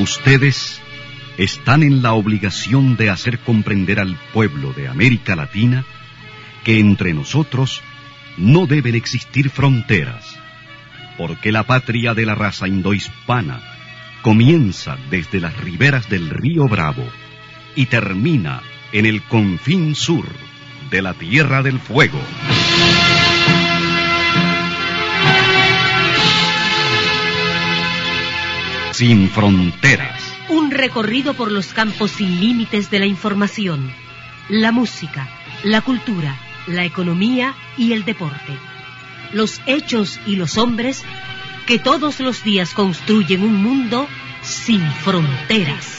Ustedes están en la obligación de hacer comprender al pueblo de América Latina que entre nosotros no deben existir fronteras, porque la patria de la raza indohispana comienza desde las riberas del río Bravo y termina en el confín sur de la Tierra del Fuego. Sin fronteras. Un recorrido por los campos sin límites de la información, la música, la cultura, la economía y el deporte. Los hechos y los hombres que todos los días construyen un mundo sin fronteras.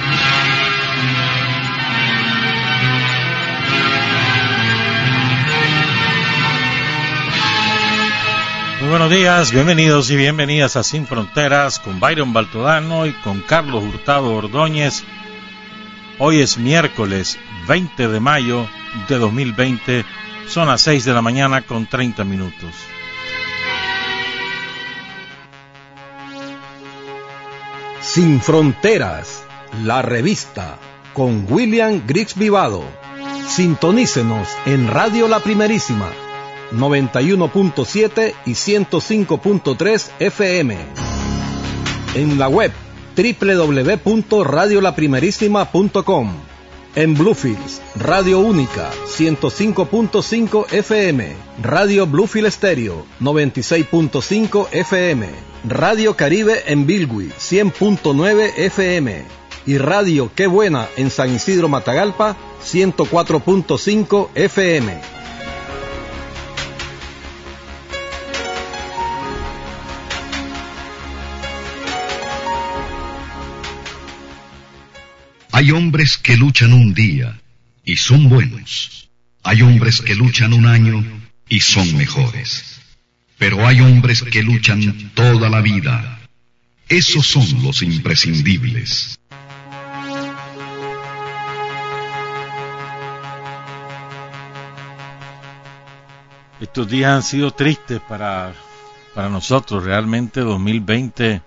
Muy buenos días, bienvenidos y bienvenidas a Sin Fronteras con Byron Baltodano y con Carlos Hurtado Ordóñez. Hoy es miércoles 20 de mayo de 2020, son las 6 de la mañana con 30 minutos. Sin Fronteras, la revista, con William Griggs Vivado. Sintonícenos en Radio La Primerísima, 91.7 y 105.3 FM. En la web www.radiolaprimerisima.com. En Bluefields, Radio Única, 105.5 FM. Radio Bluefield Estéreo, 96.5 FM. Radio Caribe en Bilwi, 100.9 FM. Y Radio Qué Buena en San Isidro Matagalpa, 104.5 FM. Hay hombres que luchan un día y son buenos. Hay hombres que luchan un año y son mejores. Pero hay hombres que luchan toda la vida. Esos son los imprescindibles. Estos días han sido tristes para nosotros. Realmente 2020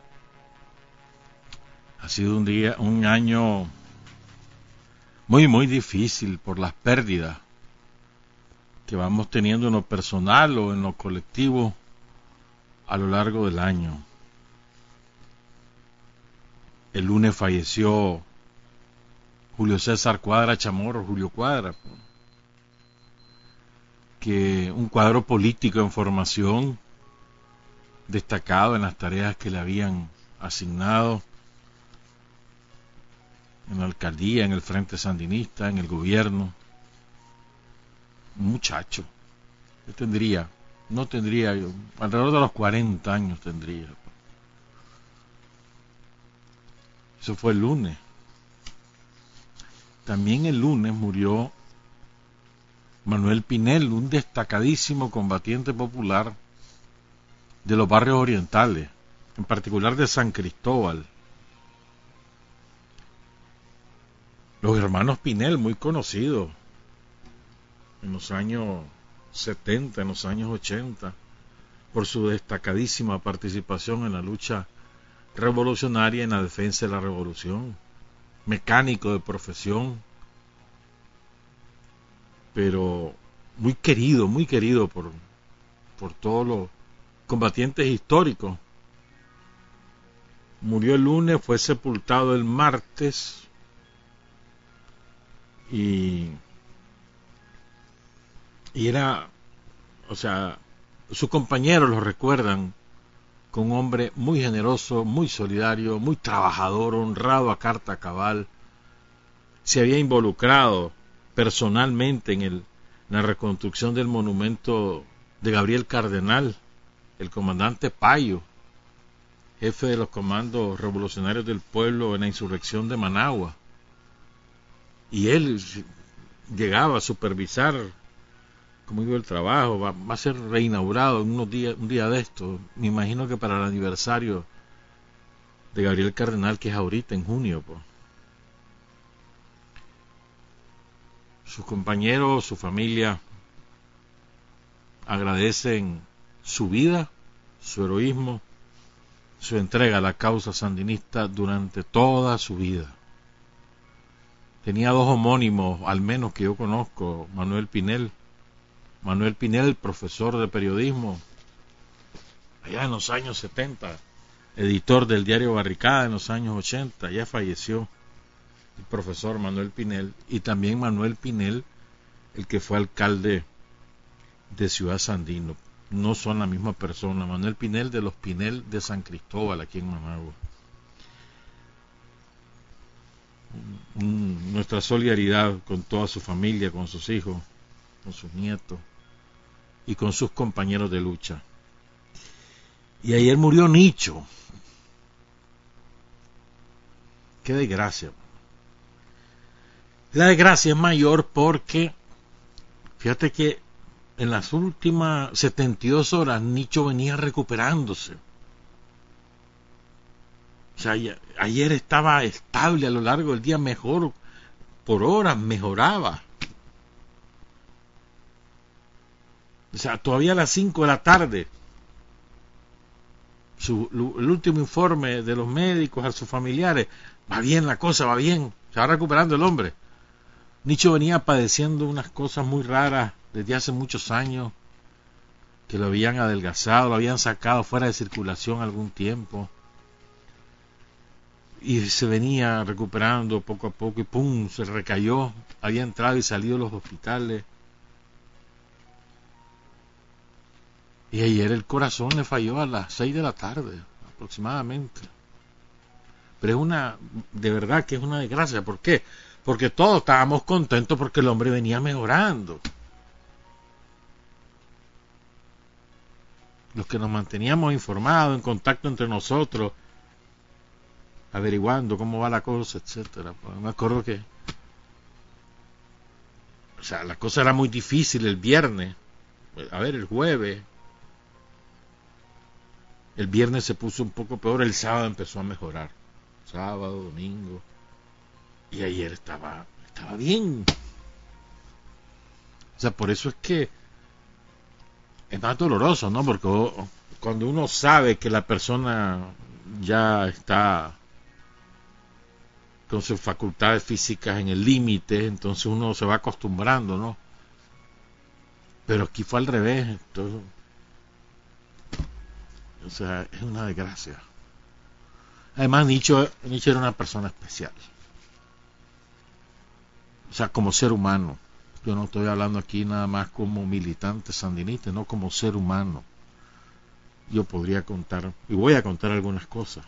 ha sido un año muy difícil por las pérdidas que vamos teniendo en lo personal o en lo colectivo a lo largo del año. El lunes falleció Julio César Cuadra Chamorro, Julio Cuadra, que un cuadro político en formación, destacado en las tareas que le habían asignado en la alcaldía, en el Frente Sandinista, en el gobierno. Un muchacho, alrededor de los 40 años tendría. Eso fue el lunes. También el lunes murió Manuel Pinel, un destacadísimo combatiente popular de los barrios orientales, en particular de San Cristóbal. Los hermanos Pinel, muy conocidos en los años 70, en los años 80, por su destacadísima participación en la lucha revolucionaria en la defensa de la revolución. Mecánico de profesión, pero muy querido por todos los combatientes históricos. Murió el lunes, fue sepultado el martes. Y era, sus compañeros lo recuerdan con un hombre muy generoso, muy solidario, muy trabajador, honrado a carta cabal. Se había involucrado personalmente en la reconstrucción del monumento de Gabriel Cardenal, el comandante Payo, jefe de los comandos revolucionarios del pueblo en la insurrección de Managua. Y él llegaba a supervisar cómo iba el trabajo. Va a ser reinaugurado en un día de esto. Me imagino que para el aniversario de Gabriel Cardenal, que es ahorita en junio. Sus compañeros, su familia agradecen su vida, su heroísmo, su entrega a la causa sandinista durante toda su vida. Tenía dos homónimos, al menos que yo conozco, Manuel Pinel, profesor de periodismo, allá en los años 70, editor del diario Barricada en los años 80, ya falleció el profesor Manuel Pinel, y también Manuel Pinel, el que fue alcalde de Ciudad Sandino. No son la misma persona. Manuel Pinel de los Pinel de San Cristóbal, aquí en Managua. Nuestra solidaridad con toda su familia, con sus hijos, con sus nietos y con sus compañeros de lucha. Y ayer murió Nicho. Qué desgracia. La desgracia es mayor porque, fíjate que en las últimas 72 horas Nicho venía recuperándose. O sea, ayer estaba estable a lo largo del día, mejor por horas, mejoraba. O sea, todavía a las 5 de la tarde, el último informe de los médicos a sus familiares, va bien la cosa, va bien, se va recuperando el hombre. Nicho venía padeciendo unas cosas muy raras desde hace muchos años, que lo habían adelgazado, lo habían sacado fuera de circulación algún tiempo, y se venía recuperando poco a poco, y pum, se recayó, había entrado y salido de los hospitales, y ayer el corazón le falló a las 6 de la tarde aproximadamente. Pero de verdad que es una desgracia. ¿Por qué? Porque todos estábamos contentos porque el hombre venía mejorando. Los que nos manteníamos informados, en contacto entre nosotros, averiguando cómo va la cosa, etcétera. Pues me acuerdo que, o sea, la cosa era muy difícil el viernes. El jueves. El viernes se puso un poco peor, el sábado empezó a mejorar. Sábado, domingo. Y ayer estaba bien. O sea, por eso es que es más doloroso, ¿no? Porque cuando uno sabe que la persona ya está con sus facultades físicas en el límite, entonces uno se va acostumbrando, ¿no? Pero aquí fue al revés. Entonces, o sea, es una desgracia. Además, Nicho era una persona especial. O sea, como ser humano. Yo no estoy hablando aquí nada más como militante sandinista, no, como ser humano. Yo podría contar, y voy a contar algunas cosas.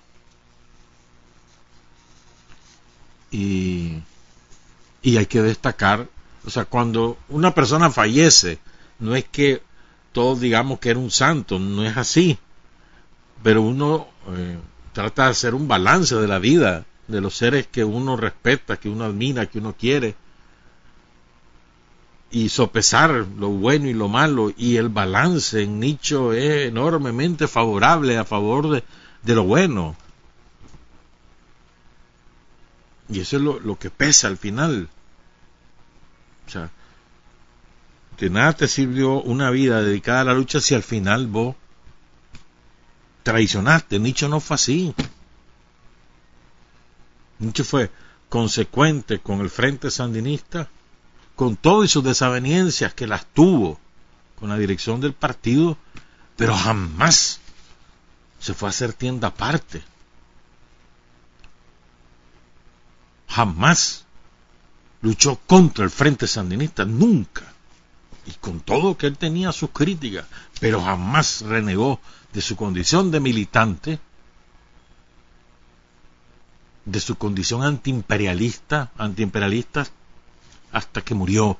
Y hay que destacar, o sea, cuando una persona fallece, no es que todos digamos que era un santo, no es así. Pero uno trata de hacer un balance de la vida, de los seres que uno respeta, que uno admira, que uno quiere, y sopesar lo bueno y lo malo, y el balance en Nicho es enormemente favorable, a favor de lo bueno, y eso es lo que pesa al final. O sea, de nada te sirvió una vida dedicada a la lucha si al final vos traicionaste. Nicho no fue así. Nicho fue consecuente con el Frente Sandinista, con todas sus desavenencias que las tuvo con la dirección del partido, pero jamás se fue a hacer tienda aparte. Jamás luchó contra el Frente Sandinista, nunca. Y con todo que él tenía sus críticas, pero jamás renegó de su condición de militante, de su condición antiimperialista hasta que murió.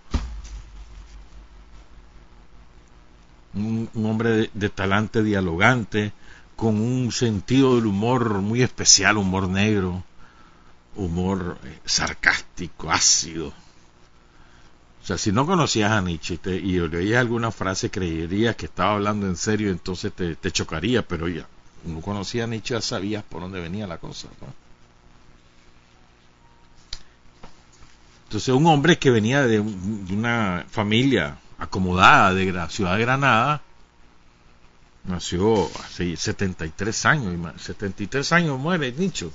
Un hombre de talante dialogante, con un sentido del humor muy especial, humor negro, humor sarcástico, ácido. O sea, si no conocías a Nietzsche y leías alguna frase, creerías que estaba hablando en serio, entonces te chocaría, pero ya, no conocías a Nietzsche, ya sabías por dónde venía la cosa, ¿no? Entonces, un hombre que venía de una familia acomodada de la ciudad de Granada, nació hace 73 años, 73 años muere Nietzsche.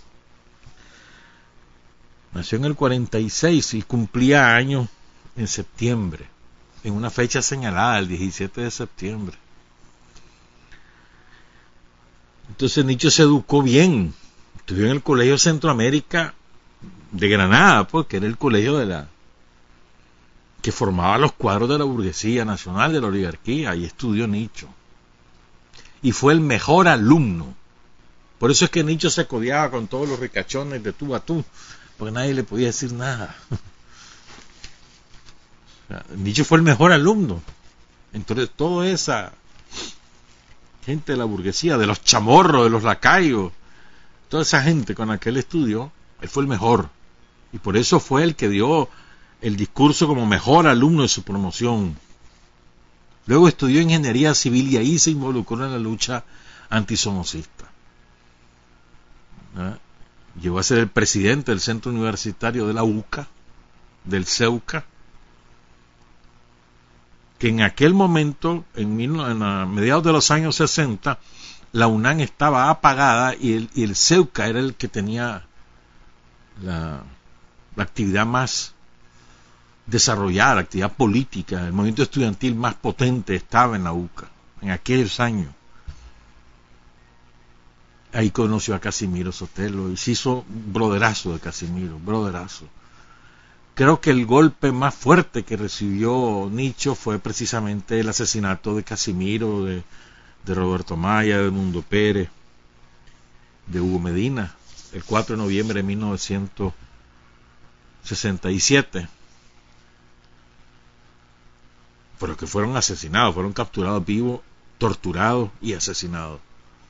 Nació en el 46 y cumplía años en septiembre, en una fecha señalada, el 17 de septiembre. Entonces Nietzsche se educó bien, estudió en el Colegio Centroamérica de Granada, porque era el colegio que formaba los cuadros de la burguesía nacional, de la oligarquía, y estudió Nietzsche. Y fue el mejor alumno. Por eso es que Nietzsche se codeaba con todos los ricachones de tú a tú, porque nadie le podía decir nada. O sea, Nietzsche fue el mejor alumno. Entonces toda esa gente de la burguesía, de los chamorros, de los lacayos, toda esa gente con la que él estudió, él fue el mejor. Y por eso fue el que dio el discurso como mejor alumno de su promoción. Luego estudió ingeniería civil y ahí se involucró en la lucha antisomocista. Llegó a ser el presidente del centro universitario de la UCA, del CEUCA, que en aquel momento, a mediados de los años 60, la UNAM estaba apagada y el CEUCA era el que tenía la actividad más desarrollada, la actividad política, el movimiento estudiantil más potente estaba en la UCA, en aquellos años. Ahí conoció a Casimiro Sotelo y se hizo broderazo de Casimiro, broderazo. Creo que el golpe más fuerte que recibió Nietzsche fue precisamente el asesinato de Casimiro, de Roberto Maya, de Edmundo Pérez, de Hugo Medina, el 4 de noviembre de 1967. Pero que fueron asesinados, fueron capturados vivos, torturados y asesinados.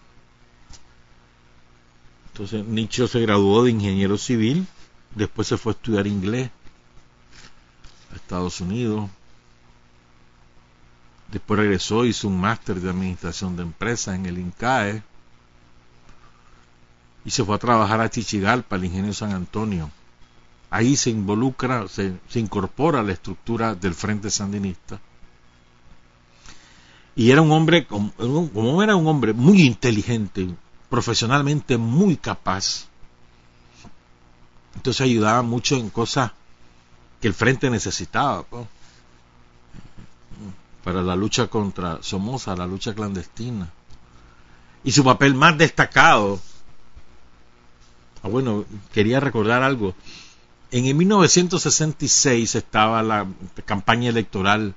Entonces Nietzsche se graduó de ingeniero civil, después se fue a estudiar inglés a Estados Unidos, después regresó, hizo un máster de administración de empresas en el INCAE y se fue a trabajar a Chichigalpa, al ingenio San Antonio. Ahí se involucra, se incorpora a la estructura del Frente Sandinista. Y era un hombre, como era un hombre muy inteligente, profesionalmente muy capaz, entonces ayudaba mucho en cosas que el Frente necesitaba, pues, para la lucha contra Somoza, la lucha clandestina. Y su papel más destacado, quería recordar algo. En 1966 estaba la campaña electoral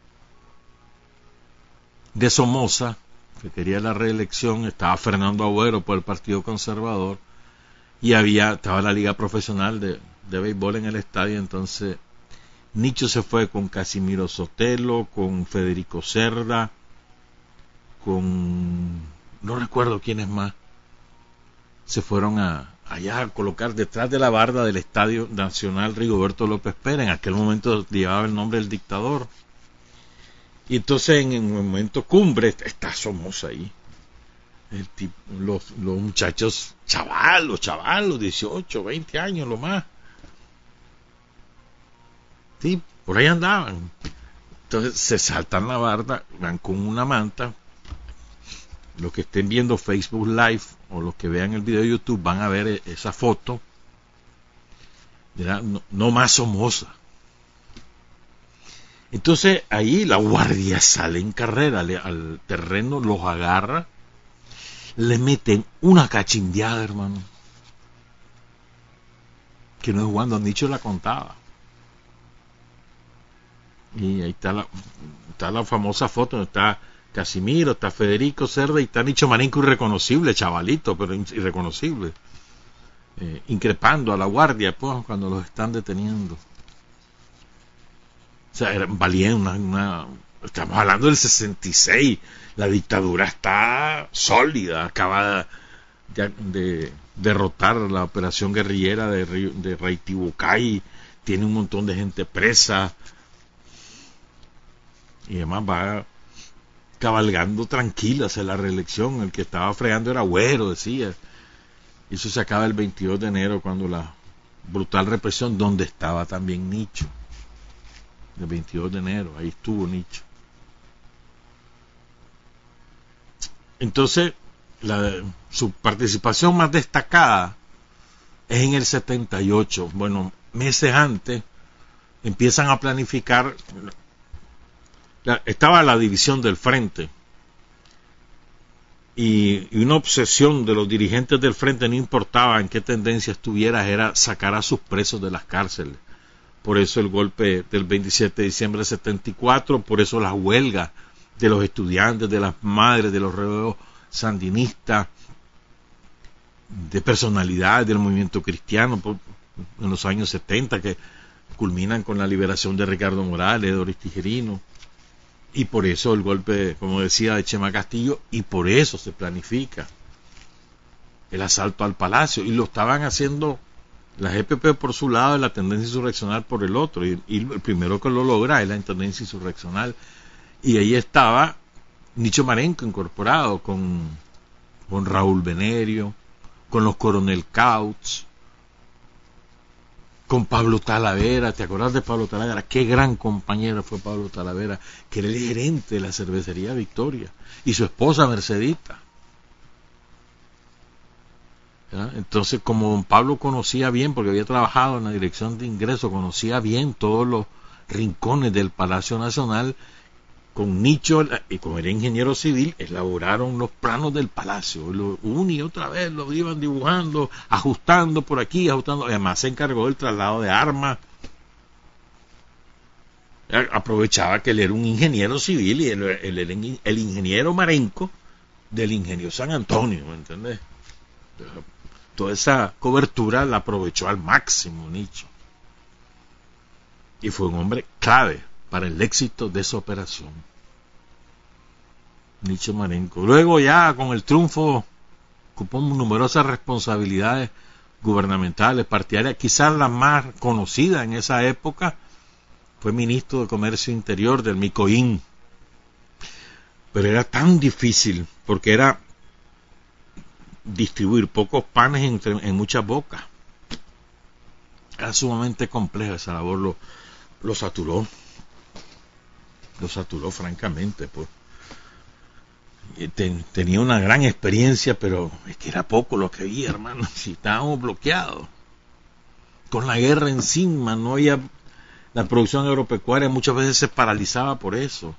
de Somoza, que quería la reelección, estaba Fernando Agüero por el Partido Conservador, y estaba la liga profesional de béisbol en el estadio. Entonces Nietzsche se fue con Casimiro Sotelo, con Federico Cerda, no recuerdo quiénes más, se fueron allá a colocar detrás de la barda del Estadio Nacional Rigoberto López Pérez. En aquel momento llevaba el nombre del dictador. Y entonces en el momento cumbre está Somoza ahí. Los muchachos chavalos, 18, 20 años lo más. Sí, por ahí andaban. Entonces se saltan la barda, van con una manta. Los que estén viendo Facebook Live o los que vean el video de YouTube van a ver esa foto. No más Somoza. Entonces ahí la guardia sale en carrera al terreno, los agarra, le meten una cachimbiada, hermano, que no es jugando. Nietzsche la contaba. Y ahí está la famosa foto donde está Casimiro, está Federico Cerda y está Nietzsche Marenco, irreconocible, chavalito, pero irreconocible, increpando a la guardia, pues, cuando los están deteniendo. O sea, valían estamos hablando del 66, la dictadura está sólida, acaba de derrotar la operación guerrillera de Reitibucay, tiene un montón de gente presa, y además va cabalgando tranquila hacia la reelección. El que estaba fregando era Agüero, decía. Y eso se acaba el 22 de enero, cuando la brutal represión, donde estaba también Nietzsche. El 22 de enero, ahí estuvo Nietzsche. Entonces, su participación más destacada es en el 78. Bueno, meses antes empiezan a planificar. Estaba la división del frente y una obsesión de los dirigentes del frente, no importaba en qué tendencia estuvieras, era sacar a sus presos de las cárceles. Por eso el golpe del 27 de diciembre del 74, por eso las huelgas de los estudiantes, de las madres, de los reos sandinistas, de personalidades del movimiento cristiano en los años 70, que culminan con la liberación de Ricardo Morales, de Doris Tijerino. Y por eso el golpe, como decía, de Chema Castillo, y por eso se planifica el asalto al Palacio. Y lo estaban haciendo la GPP por su lado y la tendencia insurreccional por el otro. Y el primero que lo logra es la tendencia insurreccional. Y ahí estaba Nicho Marenco incorporado con Raúl Venerio, con los Coronel Couch, con Pablo Talavera. ¿Te acuerdas de Pablo Talavera? Qué gran compañero fue Pablo Talavera, que era el gerente de la cervecería Victoria, y su esposa Mercedita. ¿Ya? Entonces, como don Pablo conocía bien, porque había trabajado en la dirección de ingresos, conocía bien todos los rincones del Palacio Nacional, con Nicho, y como era ingeniero civil, elaboraron los planos del palacio, una y otra vez lo iban dibujando, ajustando por aquí, ajustando. Además se encargó del traslado de armas. Aprovechaba que él era un ingeniero civil y él era el ingeniero Marenco del ingenio San Antonio, ¿me entiendes? Toda esa cobertura la aprovechó al máximo Nicho, y fue un hombre clave para el éxito de esa operación, Nicho Marenco. Luego, ya con el triunfo, ocupó numerosas responsabilidades gubernamentales, partidarias. Quizás la más conocida en esa época fue ministro de Comercio Interior del Micoín, pero era tan difícil porque era distribuir pocos panes en muchas bocas. Era sumamente compleja esa labor. Lo saturó francamente, pues. Tenía una gran experiencia, pero es que era poco lo que había, hermano. Si estábamos bloqueados con la guerra encima, no había, la producción agropecuaria muchas veces se paralizaba por eso,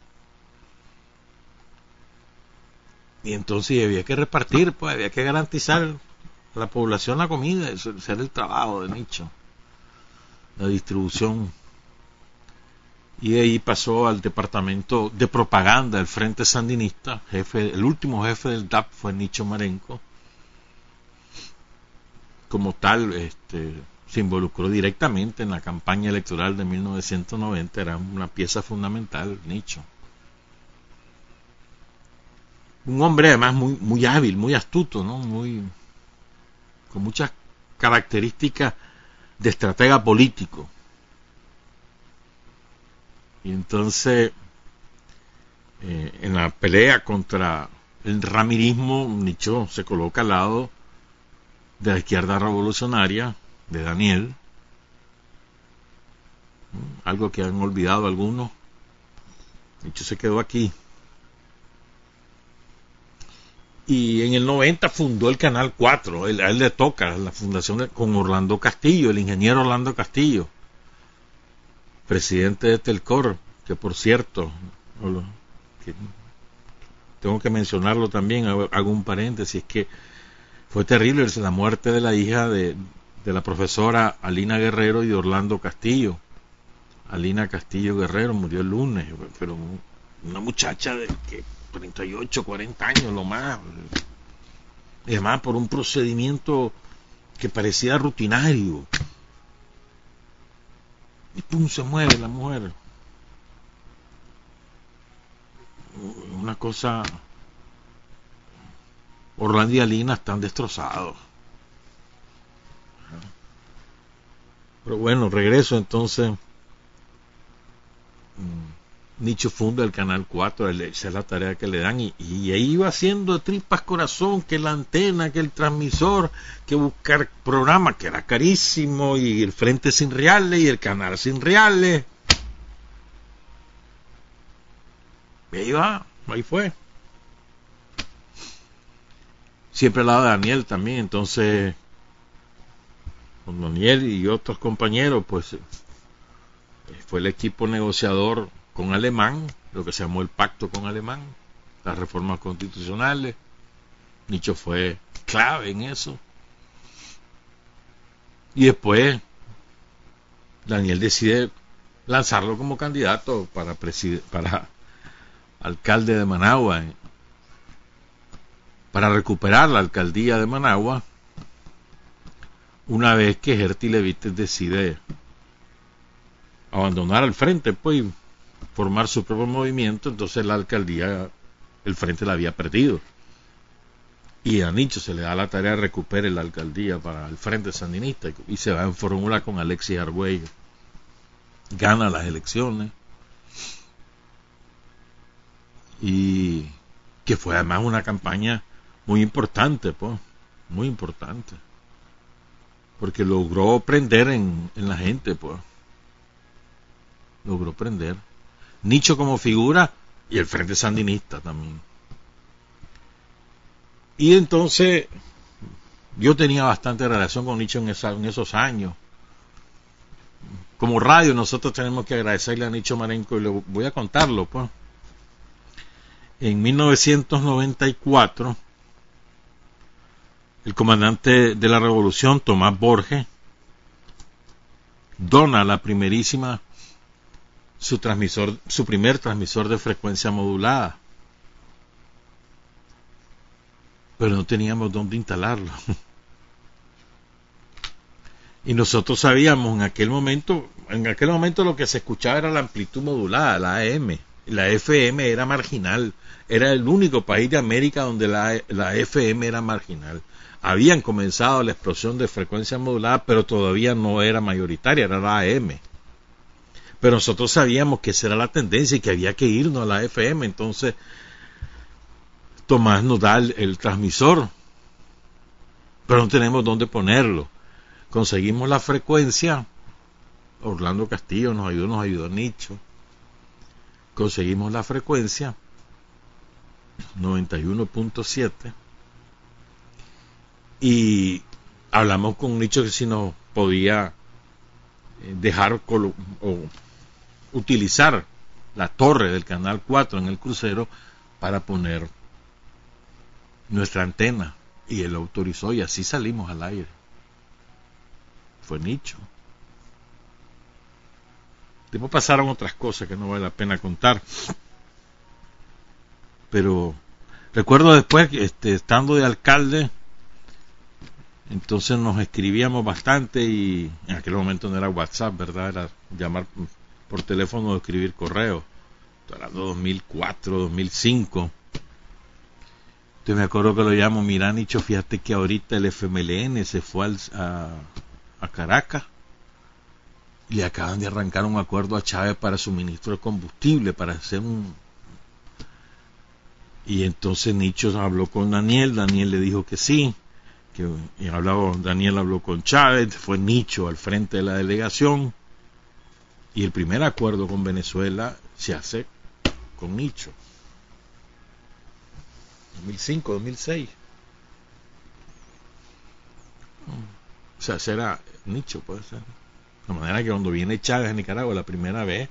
y entonces había que repartir, pues había que garantizar a la población la comida. Ese era el trabajo de Nicho, la distribución. Y de ahí pasó al departamento de propaganda del Frente Sandinista. El último jefe del DAP fue Nicho Marenco. Como tal, se involucró directamente en la campaña electoral de 1990. Era una pieza fundamental, Nicho. Un hombre además muy, muy hábil, muy astuto, ¿no? Con muchas características de estratega político. Y entonces, en la pelea contra el ramirismo, Nicho se coloca al lado de la izquierda revolucionaria, de Daniel, algo que han olvidado algunos. Nicho se quedó aquí. Y en el 90 fundó el Canal 4, a él le toca la fundación con Orlando Castillo, el ingeniero Orlando Castillo, presidente de Telcor, que por cierto, tengo que mencionarlo también, hago un paréntesis, que fue terrible la muerte de la hija de la profesora Alina Guerrero y de Orlando Castillo. Alina Castillo Guerrero murió el lunes, pero una muchacha de 38, 40 años lo más, y además por un procedimiento que parecía rutinario. Y pum, se muere la mujer. Una cosa. Orlando y Alina están destrozados. Pero bueno, regreso entonces. Nicho funda el Canal 4, esa es la tarea que le dan, y ahí iba haciendo tripas corazón, que la antena, que el transmisor, que buscar programas, que era carísimo, y el frente sin reales, y el canal sin reales. Y ahí va, ahí fue. siempre al lado de Daniel también. Entonces, con Daniel y otros compañeros, pues fue el equipo negociador con Alemán, lo que se llamó el pacto con Alemán, las reformas constitucionales. Nicho fue clave en eso. Y después Daniel decide lanzarlo como candidato para alcalde de Managua, para recuperar la alcaldía de Managua, una vez que Gerty Levites decide abandonar el frente, pues, y formar su propio movimiento. Entonces la alcaldía, el frente la había perdido, y a Nicho se le da la tarea de recuperar la alcaldía para el frente sandinista, y se va en fórmula con Alexis Argüello, gana las elecciones, y que fue además una campaña muy importante, pues, muy importante, porque logró prender en la gente, pues, logró prender Nicho como figura y el frente sandinista también. Y entonces yo tenía bastante relación con Nicho en esos años. Como radio nosotros tenemos que agradecerle a Nicho Marenco, y le voy a contarlo, pues. En 1994 el comandante de la revolución, Tomás Borges, dona la primerísima su primer transmisor de frecuencia modulada, pero no teníamos dónde instalarlo. Y nosotros sabíamos en aquel momento lo que se escuchaba era la amplitud modulada, la AM. La FM era marginal, era el único país de América donde la FM era marginal. Habían comenzado la explosión de frecuencia modulada, pero todavía no era mayoritaria, era la AM. Pero nosotros sabíamos que esa era la tendencia y que había que irnos a la FM. Entonces Tomás nos da el transmisor, pero no tenemos dónde ponerlo. Conseguimos la frecuencia, Orlando Castillo nos ayudó Nicho. Conseguimos la frecuencia 91.7 y hablamos con Nicho que si nos podía dejar utilizar la torre del canal 4 en el crucero para poner nuestra antena, y él lo autorizó y así salimos al aire. Fue Nicho. Después pasaron otras cosas que no vale la pena contar, pero recuerdo después que estando de alcalde, entonces nos escribíamos bastante, y en aquel momento no era WhatsApp, ¿verdad? Era llamar por teléfono o escribir correo. Era 2004, 2005. Entonces me acuerdo que lo llamo: mira, Nicho, fíjate que ahorita el FMLN se fue a Caracas y le acaban de arrancar un acuerdo a Chávez para suministro de combustible, para hacer Y entonces Nicho habló con Daniel le dijo que sí, Daniel habló con Chávez, fue Nicho al frente de la delegación, y el primer acuerdo con Venezuela se hace con Nicho. 2005, 2006. O sea, será Nicho, puede ser. De manera que cuando viene Chávez a Nicaragua la primera vez,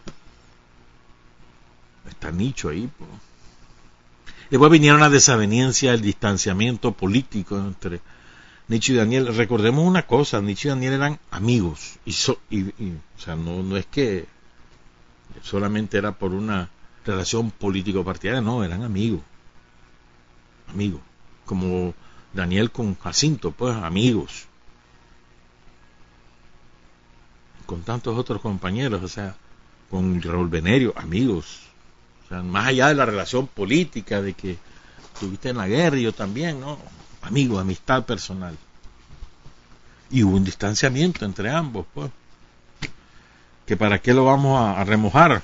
está Nicho ahí, pues. Después vinieron las desavenencias, el distanciamiento político entre Nicho y Daniel. Recordemos una cosa: Nicho y Daniel eran amigos, o sea, no es que solamente era por una relación político-partidaria, no, eran amigos, como Daniel con Jacinto, pues, amigos, con tantos otros compañeros, o sea, con Raúl Venerio, amigos. O sea, más allá de la relación política, de que estuviste en la guerra y yo también, ¿no? Amigos, amistad personal. Y hubo un distanciamiento entre ambos, pues. Que para qué lo vamos a remojar.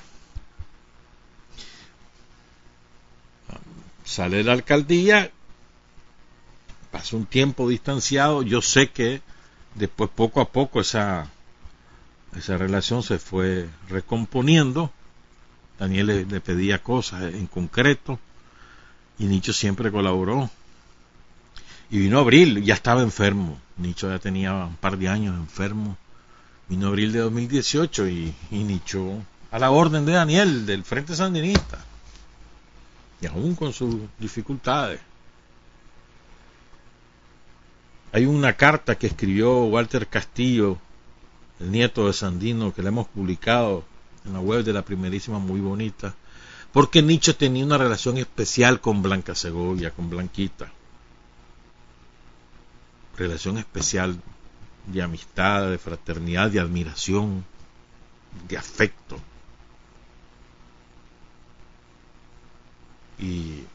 Sale la alcaldía, pasa un tiempo distanciado. Yo sé que después, poco a poco, esa relación se fue recomponiendo. Daniel le pedía cosas en concreto y Nicho siempre colaboró. Y vino abril, ya estaba enfermo. Nietzsche ya tenía un par de años enfermo. Vino abril de 2018 y Nietzsche a la orden de Daniel, del Frente Sandinista. Y aún con sus dificultades. Hay una carta que escribió Walter Castillo, el nieto de Sandino, que la hemos publicado en la web de La Primerísima, muy bonita, porque Nietzsche tenía una relación especial con Blanca Segovia, con Blanquita. Relación especial de amistad, de fraternidad, de admiración, de afecto. Y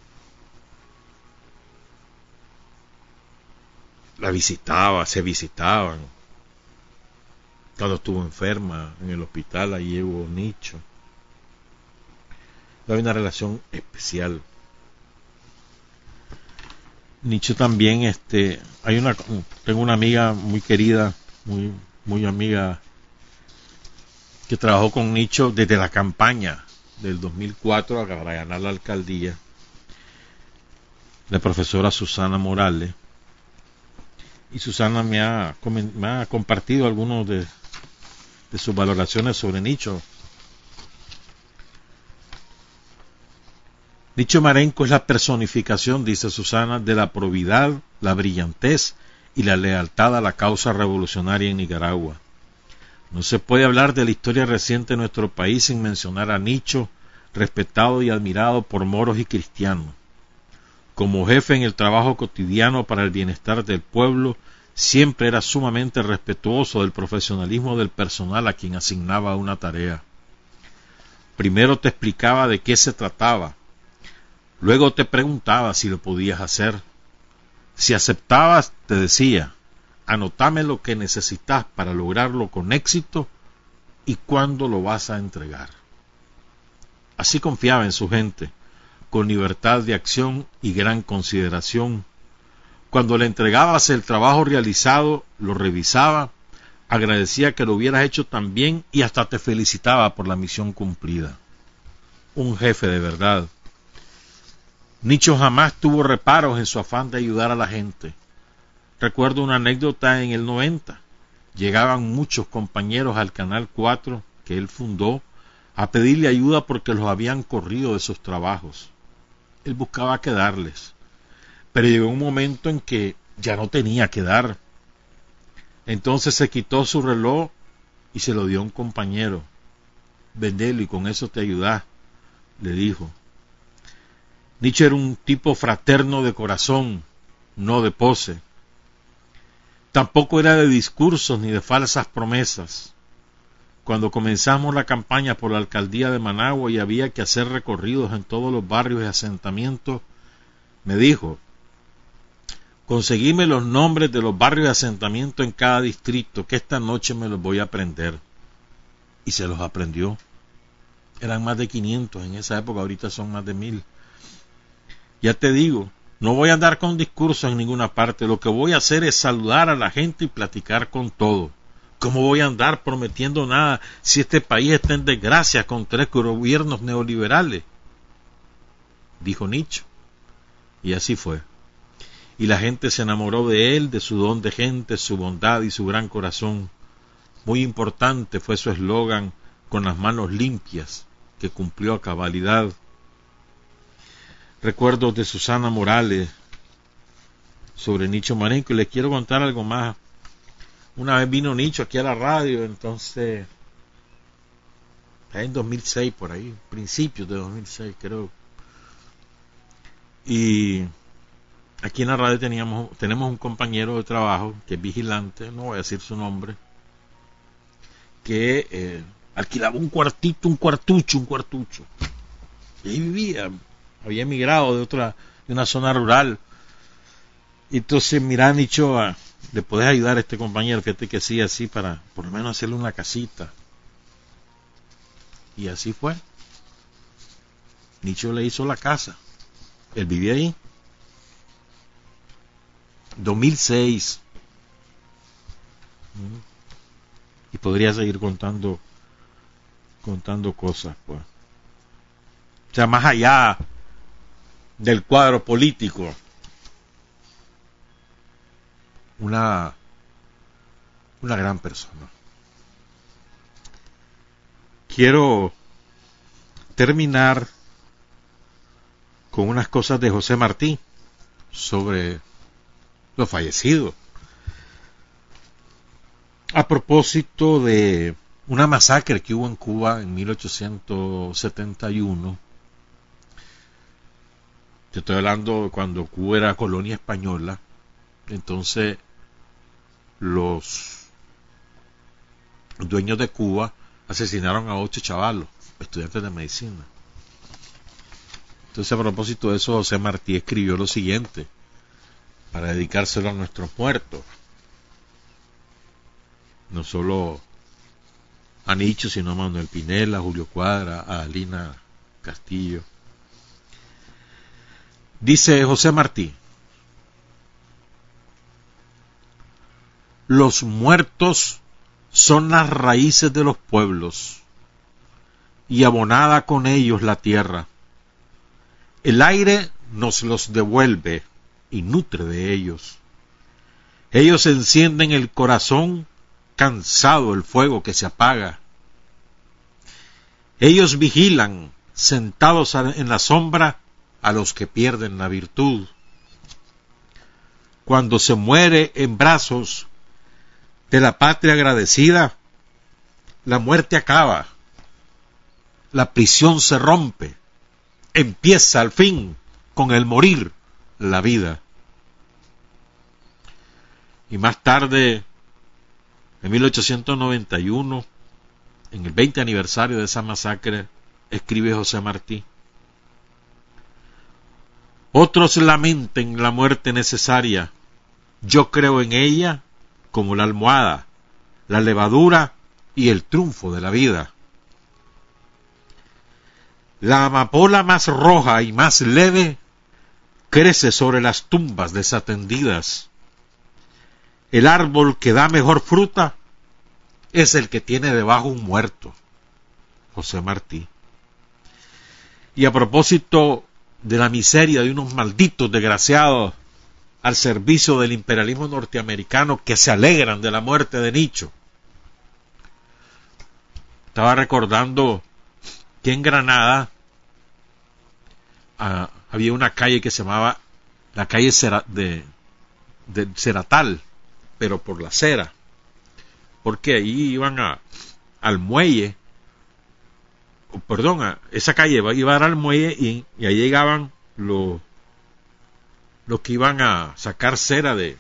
la visitaba, se visitaban. Cuando estuvo enferma en el hospital, ahí llegó Nietzsche. Hay una relación especial. Nietzsche también, tengo una amiga muy querida, muy amiga, que trabajó con Nietzsche desde la campaña del 2004 para ganar la alcaldía, la profesora Susana Morales. Y Susana me ha compartido algunos de sus valoraciones sobre Nietzsche. Nietzsche Marenco es la personificación, dice Susana, de la probidad, la brillantez y la lealtad a la causa revolucionaria en Nicaragua. No se puede hablar de la historia reciente de nuestro país sin mencionar a Nietzsche, respetado y admirado por moros y cristianos. Como jefe en el trabajo cotidiano para el bienestar del pueblo, siempre era sumamente respetuoso del profesionalismo del personal a quien asignaba una tarea. Primero te explicaba de qué se trataba, luego te preguntaba si lo podías hacer. Si aceptabas, te decía, anotame lo que necesitas para lograrlo con éxito y cuándo lo vas a entregar. Así confiaba en su gente, con libertad de acción y gran consideración. Cuando le entregabas el trabajo realizado, lo revisaba, agradecía que lo hubieras hecho tan bien y hasta te felicitaba por la misión cumplida. Un jefe de verdad. Nietzsche jamás tuvo reparos en su afán de ayudar a la gente. Recuerdo una anécdota en el 90. Llegaban muchos compañeros al Canal 4 que él fundó a pedirle ayuda porque los habían corrido de sus trabajos. Él buscaba quedarles, pero llegó un momento en que ya no tenía que dar. Entonces se quitó su reloj y se lo dio a un compañero. Vendelo y con eso te ayudás, le dijo. Nietzsche era un tipo fraterno de corazón, no de pose. Tampoco era de discursos ni de falsas promesas. Cuando comenzamos la campaña por la alcaldía de Managua y había que hacer recorridos en todos los barrios y asentamientos, me dijo, conseguime los nombres de los barrios y asentamientos en cada distrito, que esta noche me los voy a aprender. Y se los aprendió. Eran más de 500 en esa época, ahorita son más de 1000. Ya te digo, no voy a andar con discursos en ninguna parte, lo que voy a hacer es saludar a la gente y platicar con todo. ¿Cómo voy a andar prometiendo nada si este país está en desgracia con 3 gobiernos neoliberales? Dijo Nietzsche. Y así fue. Y la gente se enamoró de él, de su don de gente, su bondad y su gran corazón. Muy importante fue su eslogan, con las manos limpias, que cumplió a cabalidad. Recuerdos de Susana Morales sobre Nietzsche Marenco, y les quiero contar algo más. Una vez vino Nietzsche aquí a la radio, entonces, en 2006 por ahí, principios de 2006 creo. Y aquí en la radio tenemos un compañero de trabajo que es vigilante, no voy a decir su nombre, que alquilaba un cuartucho. Y ahí vivía, había emigrado de una zona rural. Y entonces, mira, Nietzsche, le podés ayudar a este compañero, fíjate que sí, así, para por lo menos hacerle una casita. Y así fue. Nietzsche le hizo la casa. Él vivía ahí. 2006. Y podría seguir contando cosas, pues. O sea, más allá del cuadro político, una gran persona. Quiero terminar con unas cosas de José Martí sobre los fallecidos. A propósito de una masacre que hubo en Cuba en 1871, te estoy hablando cuando Cuba era colonia española. Entonces los dueños de Cuba asesinaron a 8 chavalos, estudiantes de medicina. Entonces, a propósito de eso, José Martí escribió lo siguiente para dedicárselo a nuestros muertos, no solo a Nicho, sino a Manuel Pinela, a Julio Cuadra, a Alina Castillo. Dice José Martí: los muertos son las raíces de los pueblos, y abonada con ellos la tierra. El aire nos los devuelve y nutre de ellos. Ellos encienden el corazón, cansado el fuego que se apaga. Ellos vigilan, sentados en la sombra, a los que pierden la virtud. Cuando se muere en brazos de la patria agradecida, la muerte acaba, la prisión se rompe, empieza al fin con el morir la vida. Y más tarde, en 1891, en el 20 aniversario de esa masacre, escribe José Martí: otros lamenten la muerte necesaria, yo creo en ella como la almohada, la levadura y el triunfo de la vida. La amapola más roja y más leve crece sobre las tumbas desatendidas. El árbol que da mejor fruta es el que tiene debajo un muerto. José Martí. Y a propósito de la miseria de unos malditos desgraciados al servicio del imperialismo norteamericano que se alegran de la muerte de Nicho, estaba recordando que en Granada había una calle que se llamaba la calle de Ceratal, pero por la cera, porque ahí iban al muelle, esa calle iba a dar al muelle y ahí llegaban los que iban a sacar cera de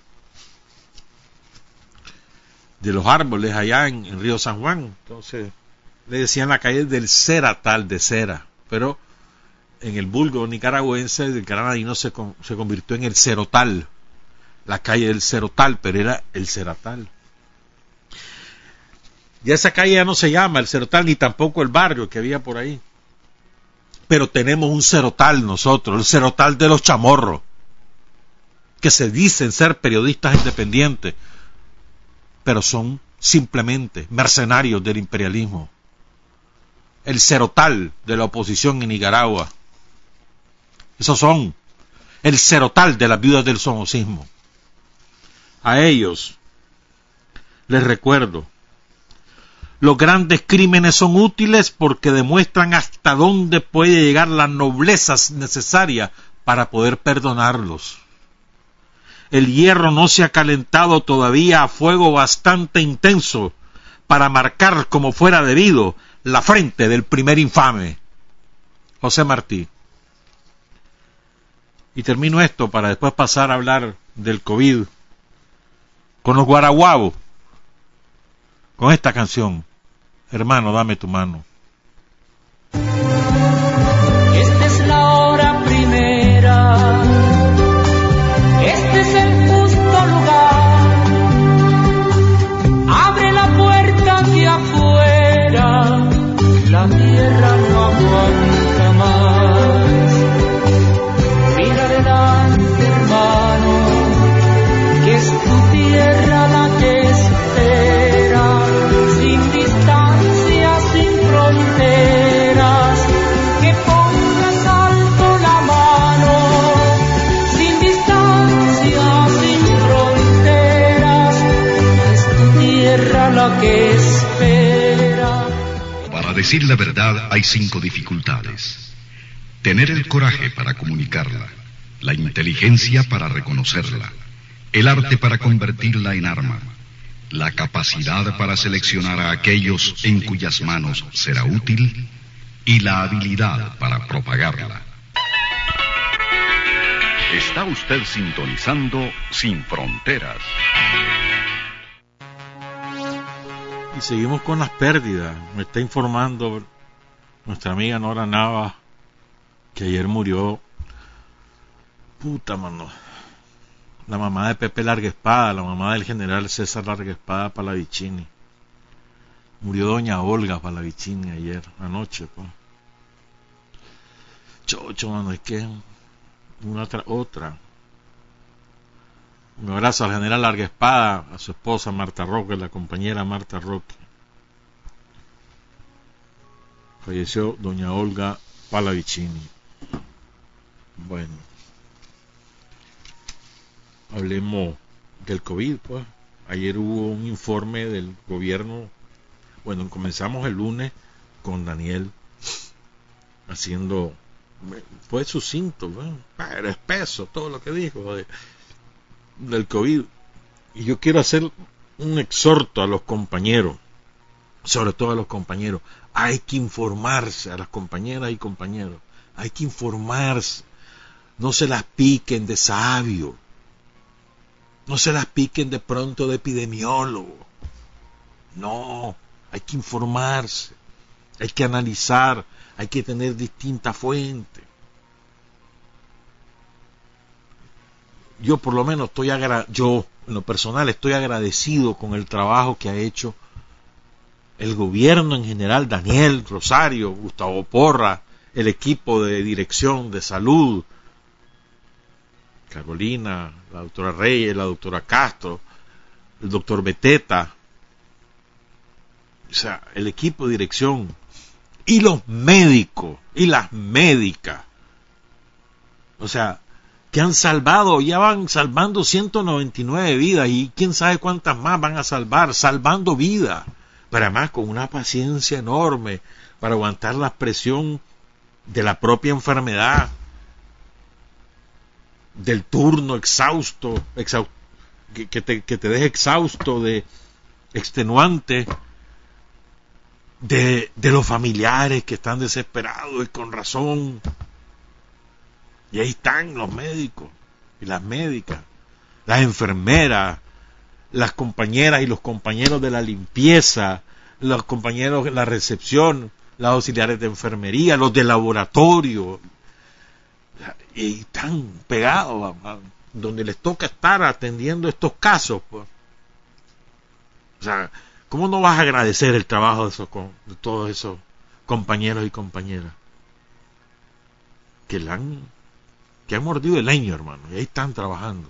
los árboles allá en Río San Juan. Entonces le decían la calle del Ceratal, de cera, pero en el vulgo nicaragüense el granadino se convirtió en el Cerotal, la calle del Cerotal, pero era el Ceratal. Ya esa calle ya no se llama el Cerotal, ni tampoco el barrio que había por ahí, pero tenemos un Cerotal nosotros, el Cerotal de los chamorros, que se dicen ser periodistas independientes, pero son simplemente mercenarios del imperialismo. El Cerotal de la oposición en Nicaragua. Esos son el Cerotal de las viudas del somocismo. A ellos les recuerdo: los grandes crímenes son útiles porque demuestran hasta dónde puede llegar la nobleza necesaria para poder perdonarlos. El hierro no se ha calentado todavía a fuego bastante intenso para marcar como fuera debido la frente del primer infame. José Martí. Y termino esto para después pasar a hablar del COVID con los guaraguabos, con esta canción: hermano, dame tu mano. Esta es la hora primera, este es el justo lugar. Abre la puerta de afuera, la tierra no aguanta más. Mira adelante, hermano, que es tu tierra la que espera, sin distancia, sin fronteras, decir la verdad hay 5 dificultades. Tener el coraje para comunicarla, la inteligencia para reconocerla, el arte para convertirla en arma, la capacidad para seleccionar a aquellos en cuyas manos será útil y la habilidad para propagarla. Está usted sintonizando Sin Fronteras. Y seguimos con las pérdidas. Me está informando nuestra amiga Nora Nava que ayer murió, la mamá de Pepe Larguespada, la mamá del general César Larguespada Pallavicini. Murió doña Olga Pallavicini ayer, anoche, pues. Chocho, mano, es que una tras otra. Un abrazo al general Larguespada, a su esposa Marta Roque, la compañera Marta Roque. Falleció doña Olga Pallavicini. Bueno, hablemos del COVID, pues. Ayer hubo un informe del gobierno. Bueno, comenzamos el lunes con Daniel haciendo, fue sucinto, ¿no? Pero espeso todo lo que dijo del COVID. Y yo quiero hacer un exhorto a los compañeros, sobre todo a los compañeros. Hay que informarse, a las compañeras y compañeros. Hay que informarse. No se las piquen de sabio. No se las piquen de pronto de epidemiólogo. No, hay que informarse. Hay que analizar. Hay que tener distintas fuentes. Yo por lo menos yo en lo personal estoy agradecido con el trabajo que ha hecho el gobierno en general, Daniel Rosario, Gustavo Porra, el equipo de dirección de salud, Carolina, la doctora Reyes, la doctora Castro, el doctor Beteta, o sea, el equipo de dirección y los médicos y las médicas, o sea, que han salvado, ya van salvando 199 vidas y quién sabe cuántas más van a salvar, salvando vidas, pero además con una paciencia enorme para aguantar la presión de la propia enfermedad, del turno exhausto, que te deje exhausto, de extenuante, de los familiares que están desesperados y con razón. Y ahí están los médicos y las médicas, las enfermeras, las compañeras y los compañeros de la limpieza, los compañeros de la recepción, los auxiliares de enfermería, los de laboratorio, y están pegados a donde les toca estar atendiendo estos casos, pues. O sea, ¿cómo no vas a agradecer el trabajo de todos esos compañeros y compañeras que han mordido el leño, hermano, y ahí están trabajando?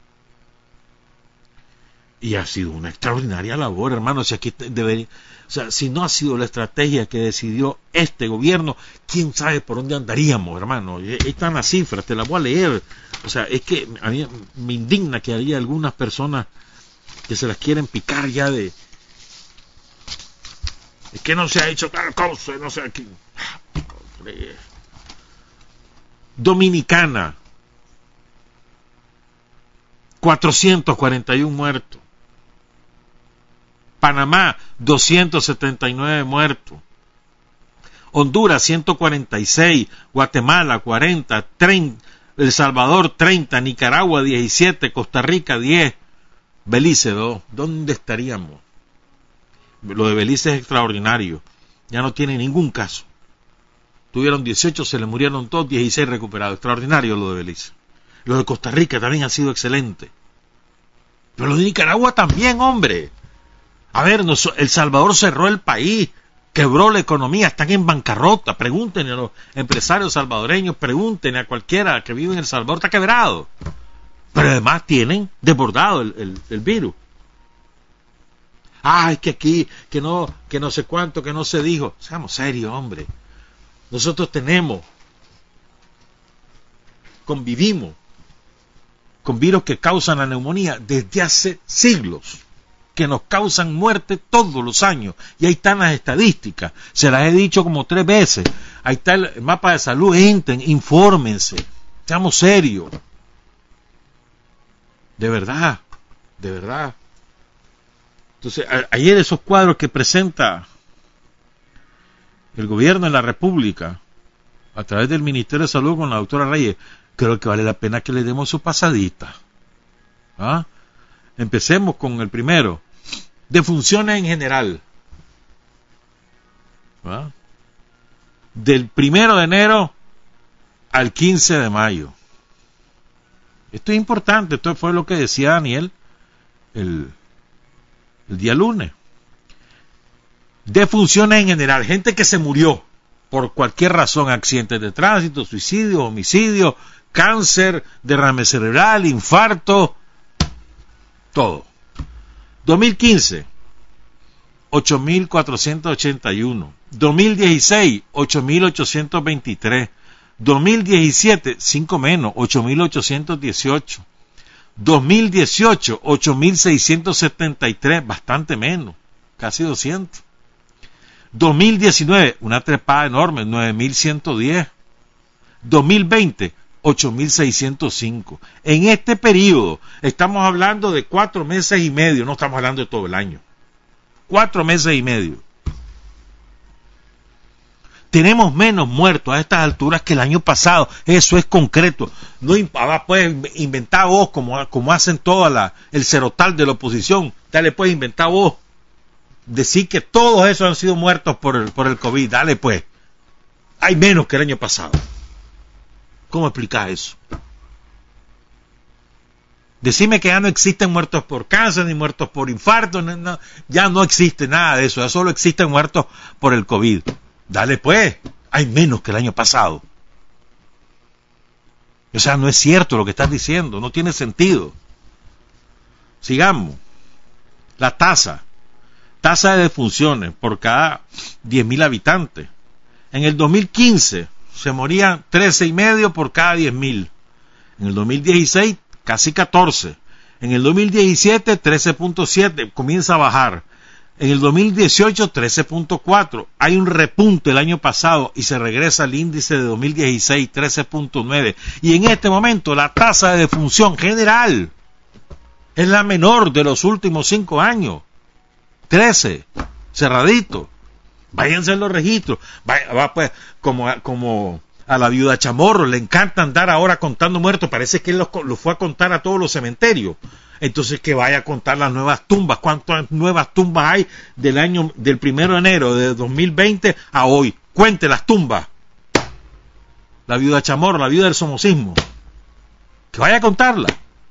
Y ha sido una extraordinaria labor, hermano. Si no ha sido la estrategia que decidió este gobierno, quién sabe por dónde andaríamos, hermano. Ahí están las cifras, te las voy a leer. O sea, es que a mí me indigna que haya algunas personas que se las quieren picar ya de... Es que no se ha hecho tal cosa, no sé aquí. Dominicana, 441 muertos. Panamá, 279 muertos. Honduras, 146. Guatemala, 40. El Salvador, 30. Nicaragua, 17. Costa Rica, 10. Belice, 2. ¿Dónde estaríamos? Lo de Belice es extraordinario. Ya no tiene ningún caso. Tuvieron 18, se le murieron todos, 16 recuperados. Extraordinario lo de Belice. Lo de Costa Rica también ha sido excelente. Pero lo de Nicaragua también, hombre. A ver, El Salvador cerró el país, quebró la economía, están en bancarrota. Pregúntenle a los empresarios salvadoreños, pregúntenle a cualquiera que vive en El Salvador, está quebrado. Pero además tienen desbordado el virus. Es que aquí, que no sé cuánto, que no se dijo. Seamos serios, hombre. Nosotros convivimos con virus que causan la neumonía desde hace siglos. que nos causan muerte todos los años. Y ahí están las estadísticas. Se las he dicho como 3 veces. Ahí está el mapa de salud. Entren, infórmense. Seamos serios. De verdad. De verdad. Entonces, ayer esos cuadros que presenta el gobierno de la República a través del Ministerio de Salud con la doctora Reyes, creo que vale la pena que le demos su pasadita. ¿Ah? Empecemos con el primero. Defunciones en general. ¿Ah? Del 1 de enero al 15 de mayo. Esto es importante, esto fue lo que decía Daniel el día lunes. Defunciones en general, gente que se murió por cualquier razón, accidentes de tránsito, suicidio, homicidio, cáncer, derrame cerebral, infarto, todo. 2015, 8.481. 2016, 8.823. 2017, 5 menos, 8.818. 2018, 8.673, bastante menos, casi 200. 2019, una trepada enorme, 9.110. 2020, 8.605. En este periodo, estamos hablando de 4 meses y medio, no estamos hablando de todo el año. 4 meses y medio. Tenemos menos muertos a estas alturas que el año pasado. Eso es concreto. No puedes inventar vos como hacen toda el cerotal de la oposición. Dale, pues, inventar vos. Decir que todos esos han sido muertos por el COVID. Dale, pues. Hay menos que el año pasado. ¿Cómo explicas eso? Decime que ya no existen muertos por cáncer ni muertos por infarto. No, ya no existe nada de eso. Ya solo existen muertos por el COVID. Dale pues, hay menos que el año pasado. O sea, no es cierto lo que estás diciendo, no tiene sentido. Sigamos. La tasa de defunciones por cada 10.000 habitantes. En el 2015 se morían 13,5 por cada 10.000. En el 2016 casi 14. En el 2017 13.7, comienza a bajar. En el 2018, 13.4. Hay un repunte el año pasado y se regresa al índice de 2016, 13.9. Y en este momento la tasa de defunción general es la menor de los últimos 5 años. 13. Cerradito. Váyanse en los registros. Va pues, como a la viuda Chamorro le encanta andar ahora contando muertos. Parece que él lo fue a contar a todos los cementerios. Entonces que vaya a contar las nuevas tumbas. ¿Cuántas nuevas tumbas hay del 1 de enero de 2020 a hoy? Cuente las tumbas. La viuda Chamorro, la viuda del somocismo. Que vaya a contarla.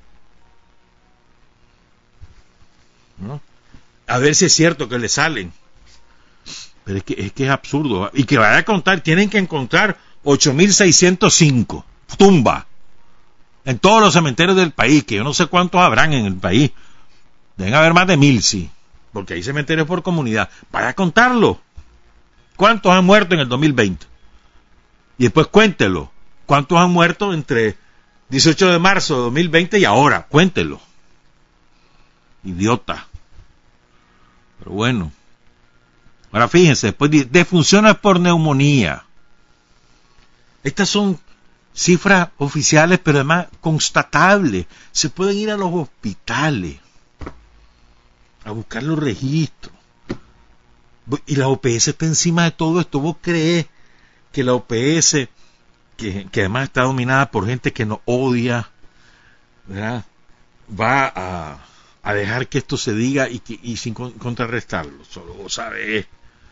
¿No? A ver si es cierto que le salen. Pero es que es absurdo. Y que vaya a contar, tienen que encontrar 8.605 tumbas en todos los cementerios del país, que yo no sé cuántos habrán en el país. Deben haber más de 1.000, sí, porque hay cementerios por comunidad. Vaya a contarlo. ¿Cuántos han muerto en el 2020? Y después cuéntelo. ¿Cuántos han muerto entre 18 de marzo de 2020 y ahora? Cuéntelo. Idiota. Pero bueno. Ahora fíjense, después defunciones por neumonía. Estas son cifras oficiales, pero además constatables. Se pueden ir a los hospitales a buscar los registros. Y la OPS está encima de todo esto. ¿Vos creés que la OPS, que además está dominada por gente que nos odia, ¿verdad?, va a dejar que esto se diga y sin contrarrestarlo? Solo vos sabés.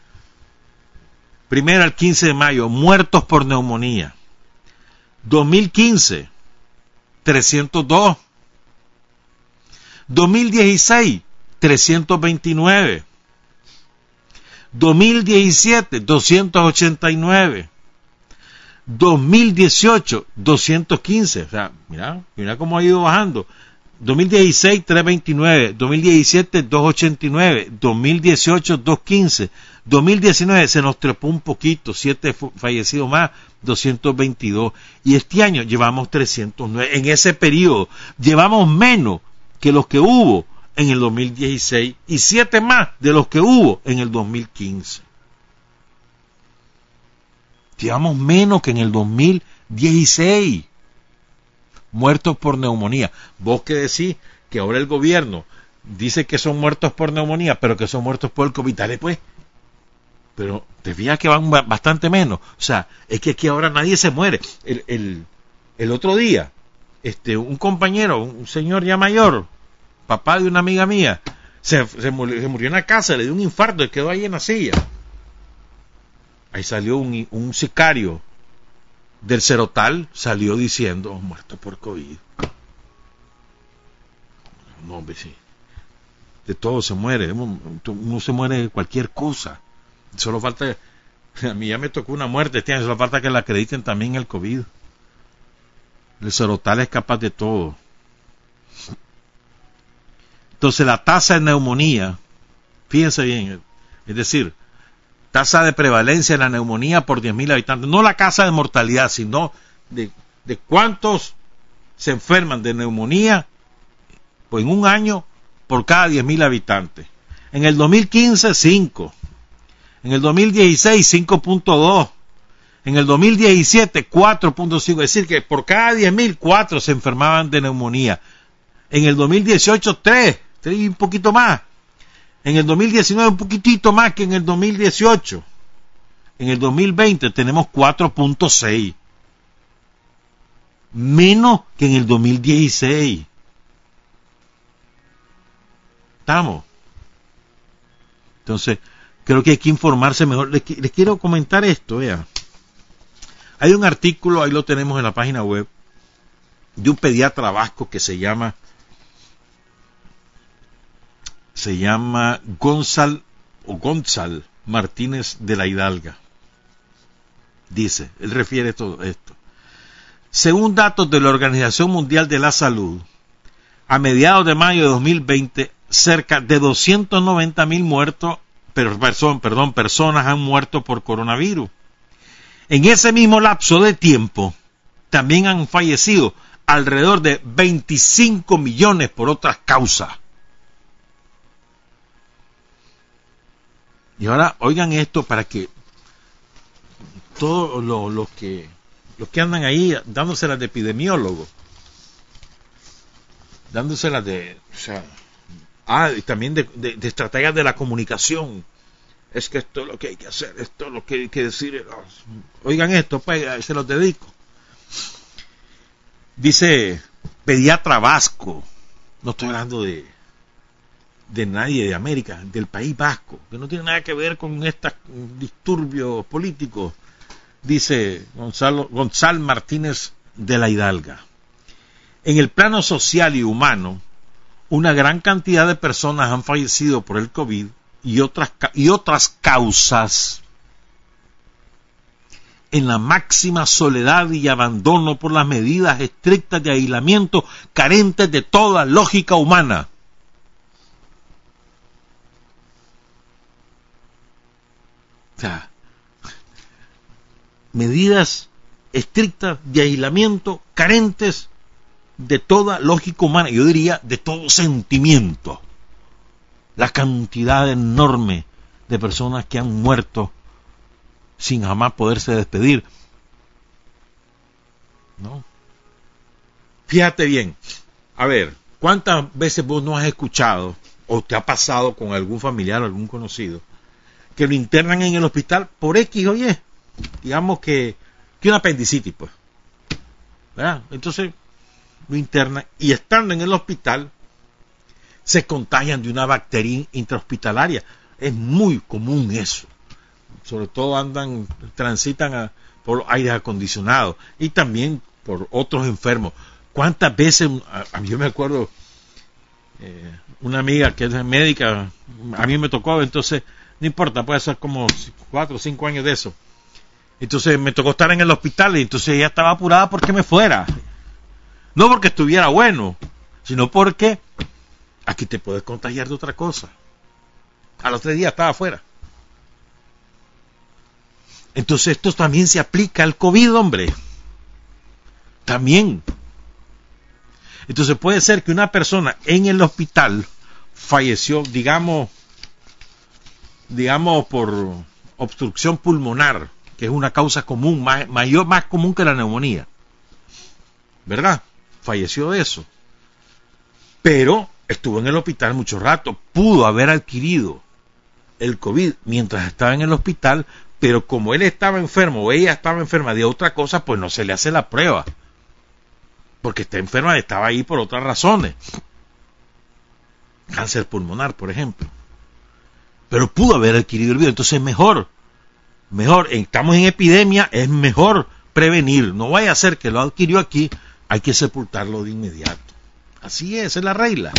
1 al 15 de mayo, muertos por neumonía. 2015, 302. 2016, 329. 2017, 289. 2018, 215. O sea, mira cómo ha ido bajando. 2016, 329. 2017, 289. 2018, 215. 2019 se nos trepó un poquito, 7 fallecidos más, 222. Y este año llevamos 309. En ese periodo llevamos menos que los que hubo en el 2016 y 7 más de los que hubo en el 2015. Llevamos menos que en el 2016 muertos por neumonía. Vos que decís que ahora el gobierno dice que son muertos por neumonía, pero que son muertos por el COVID, dale pues. Pero te fijas que van bastante menos. O sea, es que aquí ahora nadie se muere. El otro día, un compañero, un señor ya mayor, papá de una amiga mía, se murió en la casa, le dio un infarto y quedó ahí en la silla. Ahí salió un sicario del Cerotal, salió diciendo, muerto por COVID. No, hombre, sí. De todo se muere. Uno se muere de cualquier cosa. Solo falta, a mí ya me tocó una muerte, solo falta que la acrediten también el COVID. El Cerotal es capaz de todo. Entonces la tasa de neumonía, fíjense bien, es decir, tasa de prevalencia de la neumonía por 10.000 habitantes, no la tasa de mortalidad, sino de cuántos se enferman de neumonía pues en un año por cada 10.000 habitantes. En el 2015, 5. En el 2016, 5.2. En el 2017, 4.5. Es decir, que por cada 10.000, 4 se enfermaban de neumonía. En el 2018, 3 y un poquito más. En el 2019, un poquitito más que en el 2018. En el 2020 tenemos 4.6. Menos que en el 2016. ¿Estamos? Entonces, creo que hay que informarse mejor. Les quiero comentar esto, vea. Hay un artículo, ahí lo tenemos en la página web, de un pediatra vasco que se llama Gonzal Martínez de la Hidalga. Dice, él refiere todo esto. Según datos de la Organización Mundial de la Salud, a mediados de mayo de 2020, cerca de 290.000 personas han muerto por coronavirus. En ese mismo lapso de tiempo, también han fallecido alrededor de 25 millones por otras causas. Y ahora oigan esto para que todos los que andan ahí dándoselas de epidemiólogos, dándoselas de, o sea, y también de estrategias de la comunicación. Es que esto es lo que hay que hacer, esto es lo que hay que decir. Oigan esto, pues, se los dedico. Dice pediatra vasco, no estoy hablando de nadie de América, del País Vasco, que no tiene nada que ver con estos disturbios políticos. Dice Gonzalo Martínez de la Hidalga. En el plano social y humano, una gran cantidad de personas han fallecido por el COVID y otras causas en la máxima soledad y abandono por las medidas estrictas de aislamiento carentes de toda lógica humana. O sea, medidas estrictas de aislamiento carentes de toda lógica humana, yo diría de todo sentimiento. La cantidad enorme de personas que han muerto sin jamás poderse despedir, ¿no? Fíjate bien, a ver, ¿cuántas veces vos no has escuchado o te ha pasado con algún familiar o algún conocido que lo internan en el hospital por X o Y? Digamos que una apendicitis, pues, ¿verdad? Entonces lo internan y estando en el hospital se contagian de una bacteria intrahospitalaria. Es muy común eso. Sobre todo transitan por los aires acondicionados y también por otros enfermos. ¿Cuántas veces? Yo me acuerdo, una amiga que es médica, a mí me tocó, entonces, no importa, puede ser como 4 o 5 años de eso. Entonces me tocó estar en el hospital y entonces ella estaba apurada porque me fuera. No porque estuviera bueno, sino porque aquí te puedes contagiar de otra cosa. A los 3 días estaba afuera. Entonces esto también se aplica al COVID, hombre. También. Entonces puede ser que una persona en el hospital falleció, digamos por obstrucción pulmonar, que es una causa común, más común que la neumonía, ¿verdad? Falleció de eso. Pero estuvo en el hospital mucho rato, pudo haber adquirido el COVID mientras estaba en el hospital, pero como él estaba enfermo o ella estaba enferma de otra cosa, pues no se le hace la prueba, porque está enferma, estaba ahí por otras razones, cáncer pulmonar, por ejemplo, pero pudo haber adquirido el virus. Entonces mejor, estamos en epidemia, es mejor prevenir, no vaya a ser que lo adquirió aquí, hay que sepultarlo de inmediato. Así es, esa es la regla.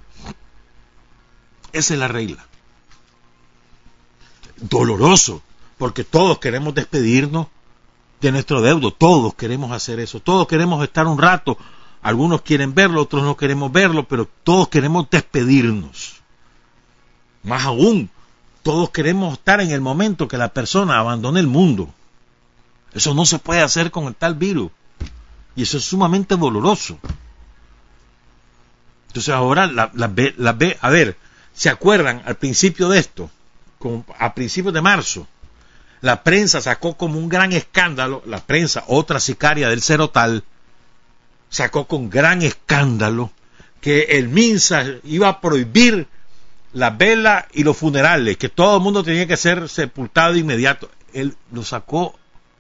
Esa es la regla. Doloroso, porque todos queremos despedirnos de nuestro deudo, todos queremos hacer eso, todos queremos estar un rato, algunos quieren verlo, otros no queremos verlo, pero todos queremos despedirnos. Más aún, todos queremos estar en el momento que la persona abandone el mundo. Eso no se puede hacer con el tal virus, y eso es sumamente doloroso. Entonces ahora a ver, ¿se acuerdan al principio de esto? A principios de marzo, la prensa sacó como un gran escándalo, la prensa, otra sicaria del Cerotal, sacó con gran escándalo que el MINSA iba a prohibir las velas y los funerales, que todo el mundo tenía que ser sepultado de inmediato. Él lo sacó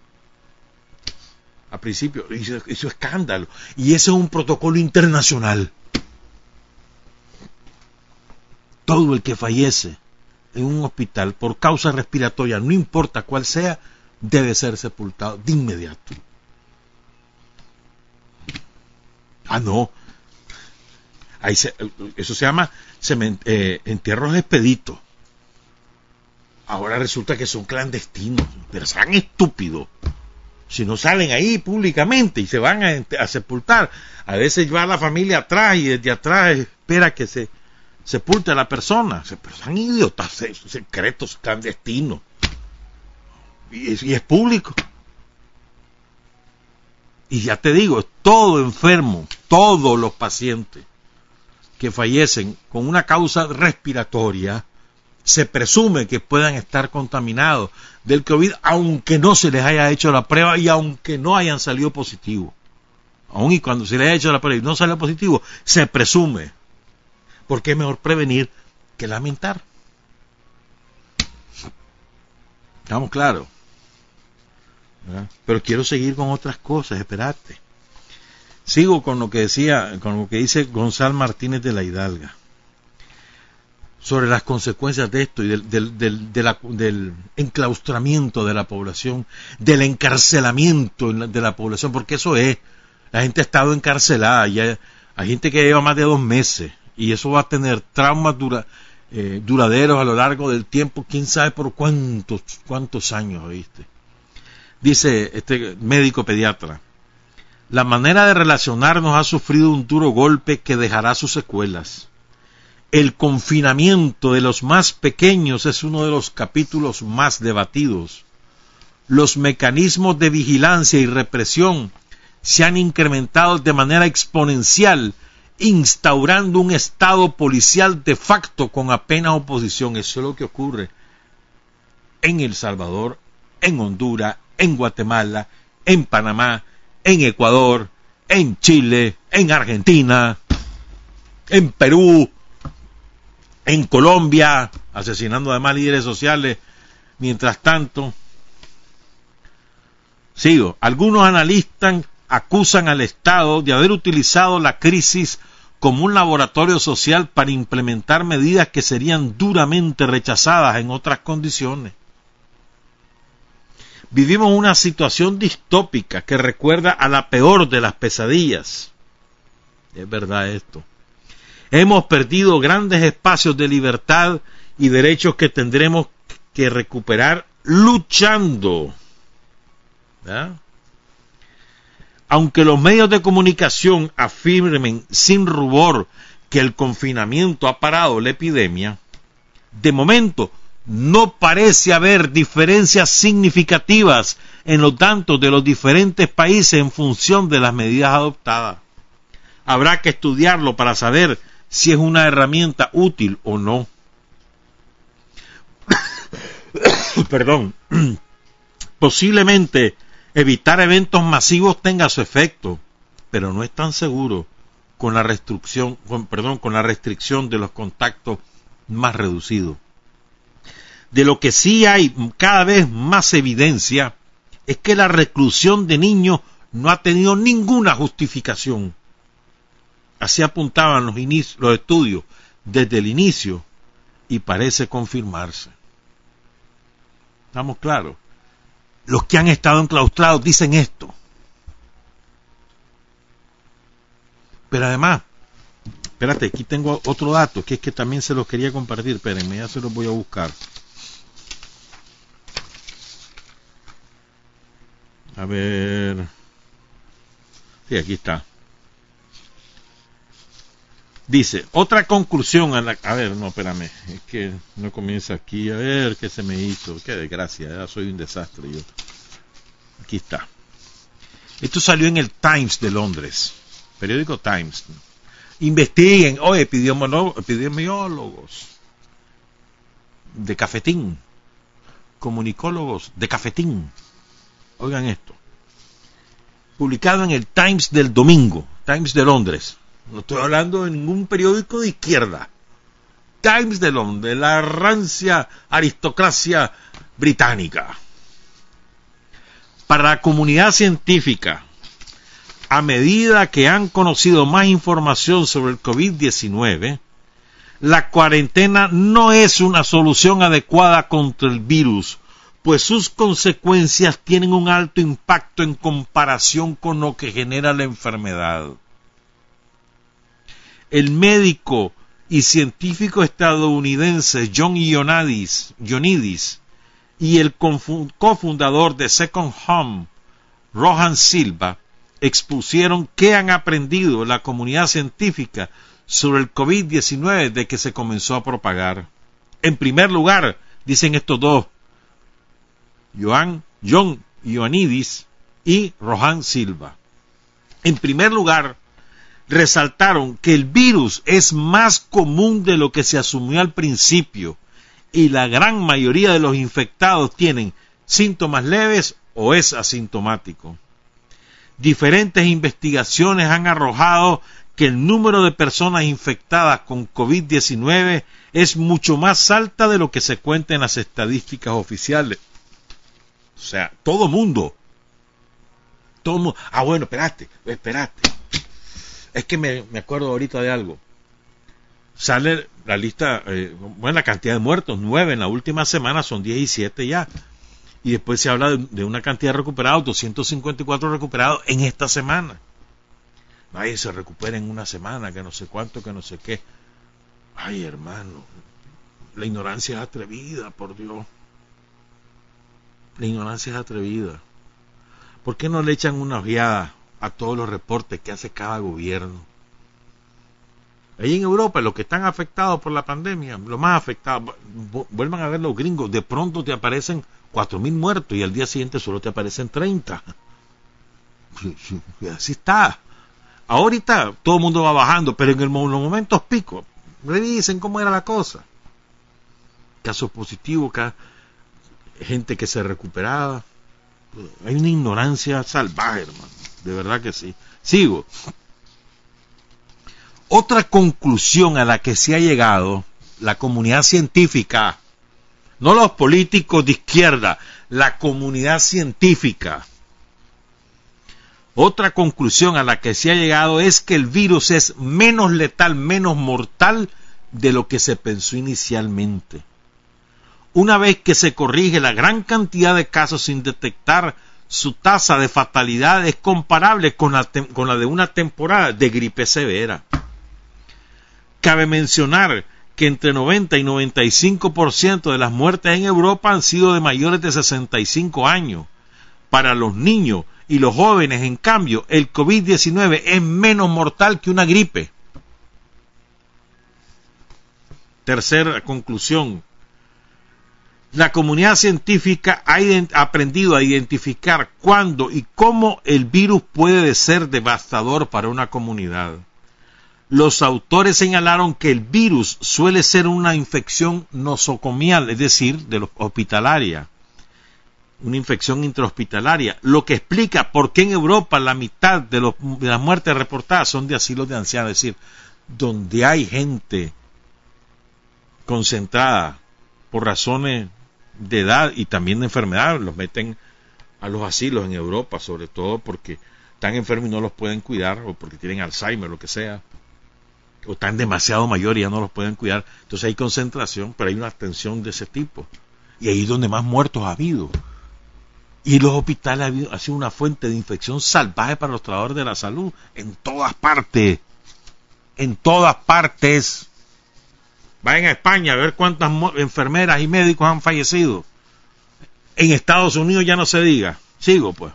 a principio, hizo escándalo, y ese es un protocolo internacional. Todo el que fallece en un hospital por causa respiratoria, no importa cuál sea, debe ser sepultado de inmediato. No. Eso se llama entierros expeditos. Ahora resulta que son clandestinos, pero sean estúpidos. Si no salen ahí públicamente y se van a sepultar, a veces va la familia atrás y desde atrás espera que se sepulte a la persona, pero son idiotas, secretos, clandestinos, y es público. Y ya te digo, todo enfermo, todos los pacientes que fallecen con una causa respiratoria, se presume que puedan estar contaminados del COVID, aunque no se les haya hecho la prueba y aunque no hayan salido positivos. Aún y cuando se les haya hecho la prueba y no salió positivo, se presume. Porque es mejor prevenir que lamentar. ¿Estamos claros? ¿Verdad? Pero quiero seguir con otras cosas, esperate. Sigo con lo que dice Gonzalo Martínez de la Hidalga sobre las consecuencias de esto y del enclaustramiento de la población, del encarcelamiento de la población, porque eso es, la gente ha estado encarcelada, ya hay gente que lleva más de 2 meses, y eso va a tener traumas duraderos a lo largo del tiempo, quién sabe por cuántos años, ¿viste? Dice este médico pediatra: la manera de relacionarnos ha sufrido un duro golpe que dejará sus secuelas. El confinamiento de los más pequeños es uno de los capítulos más debatidos. Los mecanismos de vigilancia y represión se han incrementado de manera exponencial, instaurando un estado policial de facto con apenas oposición. Eso es lo que ocurre en El Salvador, en Honduras, en Guatemala, en Panamá, en Ecuador, en Chile, en Argentina, en Perú, en Colombia, asesinando además líderes sociales. Mientras tanto, algunos analistas acusan al Estado de haber utilizado la crisis como un laboratorio social para implementar medidas que serían duramente rechazadas en otras condiciones. Vivimos una situación distópica que recuerda a la peor de las pesadillas. Es verdad esto. Hemos perdido grandes espacios de libertad y derechos que tendremos que recuperar luchando. ¿verdad? Aunque los medios de comunicación afirmen sin rubor que el confinamiento ha parado la epidemia, de momento no parece haber diferencias significativas en los datos de los diferentes países en función de las medidas adoptadas. Habrá que estudiarlo para saber si es una herramienta útil o no. Perdón. Posiblemente evitar eventos masivos tenga su efecto, pero no es tan seguro con la restricción de los contactos más reducidos. De lo que sí hay cada vez más evidencia es que la reclusión de niños no ha tenido ninguna justificación. Así apuntaban los estudios desde el inicio y parece confirmarse. ¿Estamos claros? Los que han estado enclaustrados dicen esto. Pero además, espérate, aquí tengo otro dato, que es que también se los quería compartir. Espérenme, ya se los voy a buscar. A ver. Sí, aquí está. Dice, otra conclusión a ver, no, espérame, es que no comienza aquí, a ver qué se me hizo, qué desgracia, ya soy un desastre yo. Aquí está. Esto salió en el Times de Londres, periódico Times. Investiguen, epidemiólogos de cafetín, comunicólogos de cafetín. Oigan esto. Publicado en el Times del domingo, Times de Londres. No estoy hablando de ningún periódico de izquierda. Times de Londres, la rancia aristocracia británica. Para la comunidad científica, a medida que han conocido más información sobre el COVID-19, la cuarentena no es una solución adecuada contra el virus, pues sus consecuencias tienen un alto impacto en comparación con lo que genera la enfermedad. El médico y científico estadounidense John Ioannidis y el cofundador de Second Home, Rohan Silva, expusieron qué han aprendido la comunidad científica sobre el COVID-19 desde que se comenzó a propagar. En primer lugar, dicen estos dos, John Ioannidis y Rohan Silva. En primer lugar, resaltaron que el virus es más común de lo que se asumió al principio y la gran mayoría de los infectados tienen síntomas leves o es asintomático. Diferentes investigaciones han arrojado que el número de personas infectadas con COVID-19 es mucho más alta de lo que se cuenta en las estadísticas oficiales. O sea, todo mundo. Ah, bueno, espérate. Es que me acuerdo ahorita de algo. Sale la lista, la cantidad de muertos, 9 en la última semana, son 17 ya. Y después se habla de una cantidad de recuperados, 254 recuperados en esta semana. Ay, se recupera en una semana, que no sé cuánto, que no sé qué. Ay, hermano, la ignorancia es atrevida, por Dios. La ignorancia es atrevida. ¿Por qué no le echan una ojeada a todos los reportes que hace cada gobierno? Ahí en Europa, los que están afectados por la pandemia, los más afectados, vuelvan a ver los gringos, de pronto te aparecen 4.000 muertos y al día siguiente solo te aparecen 30. Así está. Ahorita todo el mundo va bajando, pero en los momentos picos, revisen cómo era la cosa. Casos positivos, gente que se recuperaba. Hay una ignorancia salvaje, hermano. De verdad que sí. Sigo. Otra conclusión a la que se ha llegado la comunidad científica, no los políticos de izquierda, la comunidad científica. Otra conclusión a la que se ha llegado es que el virus es menos letal, menos mortal de lo que se pensó inicialmente. Una vez que se corrige la gran cantidad de casos sin detectar, su tasa de fatalidad es comparable con la de una temporada de gripe severa. Cabe mencionar que entre 90 y 95% de las muertes en Europa han sido de mayores de 65 años. Para los niños y los jóvenes, en cambio, el COVID-19 es menos mortal que una gripe. Tercera conclusión. La comunidad científica ha aprendido a identificar cuándo y cómo el virus puede ser devastador para una comunidad. Los autores señalaron que el virus suele ser una infección nosocomial, es decir, de los hospitalaria, una infección intrahospitalaria, lo que explica por qué en Europa la mitad de las muertes reportadas son de asilos de ancianos, es decir, donde hay gente concentrada por razones de edad y también de enfermedad, los meten a los asilos en Europa, sobre todo porque están enfermos y no los pueden cuidar, o porque tienen Alzheimer, lo que sea, o están demasiado mayores y ya no los pueden cuidar. Entonces hay concentración, pero hay una tensión de ese tipo, y ahí es donde más muertos ha habido. Y los hospitales ha sido una fuente de infección salvaje para los trabajadores de la salud, en todas partes, Vayan a España a ver cuántas enfermeras y médicos han fallecido. En Estados Unidos ya no se diga. Sigo pues.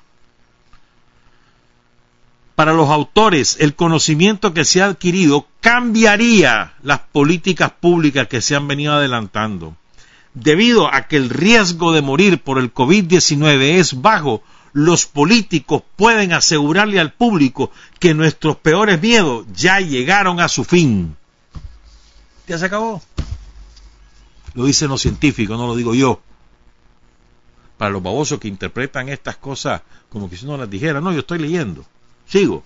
Para los autores, el conocimiento que se ha adquirido cambiaría las políticas públicas que se han venido adelantando. Debido a que el riesgo de morir por el COVID-19 es bajo, los políticos pueden asegurarle al público que nuestros peores miedos ya llegaron a su fin. Ya se acabó. Lo dicen los científicos, no lo digo yo. Para los babosos que interpretan estas cosas como que si no las dijera, no, yo estoy leyendo. Sigo.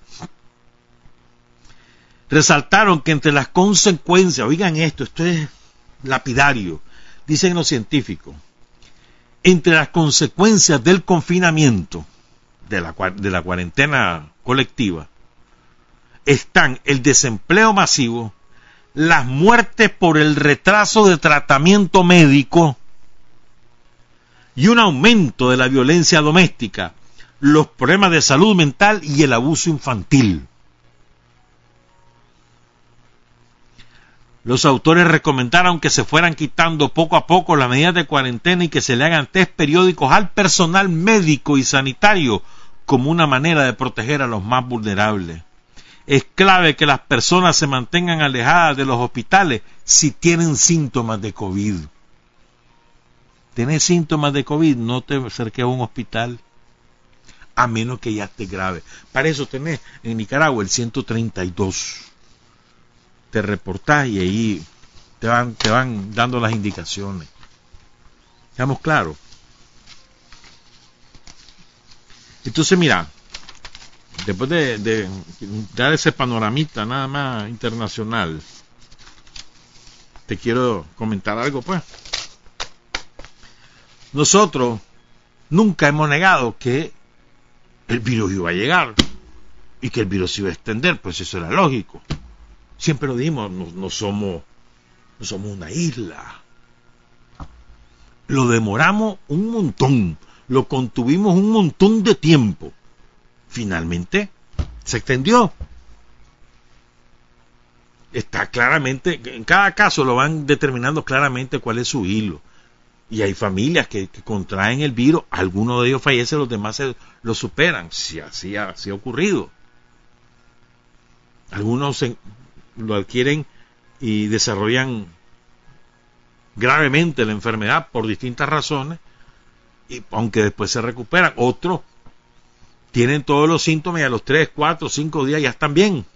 Resaltaron que entre las consecuencias, oigan esto es lapidario, dicen los científicos, entre las consecuencias del confinamiento, de la cuarentena colectiva, están el desempleo masivo, las muertes por el retraso de tratamiento médico y un aumento de la violencia doméstica, los problemas de salud mental y el abuso infantil. Los autores recomendaron que se fueran quitando poco a poco las medidas de cuarentena y que se le hagan test periódicos al personal médico y sanitario como una manera de proteger a los más vulnerables. Es clave que las personas se mantengan alejadas de los hospitales si tienen síntomas de COVID. ¿Tienes síntomas de COVID? No te acerques a un hospital, a menos que ya esté grave. Para eso tenés en Nicaragua el 132. Te reportás y ahí te van dando las indicaciones. ¿Estamos claros? Entonces, mira, después de dar ese panoramita nada más internacional, te quiero comentar algo, pues. Nosotros nunca hemos negado que el virus iba a llegar y que el virus se iba a extender, pues eso era lógico. Siempre lo dijimos, no somos una isla. Lo demoramos un montón, lo contuvimos un montón de tiempo. Finalmente se extendió. Está claramente, en cada caso lo van determinando claramente cuál es su hilo. Y hay familias que contraen el virus, algunos de ellos fallecen, los demás lo superan. Si así ha ocurrido. Algunos lo adquieren y desarrollan gravemente la enfermedad por distintas razones, y aunque después se recuperan. Otros tienen todos los síntomas y a los 3, 4, 5 días ya están bien.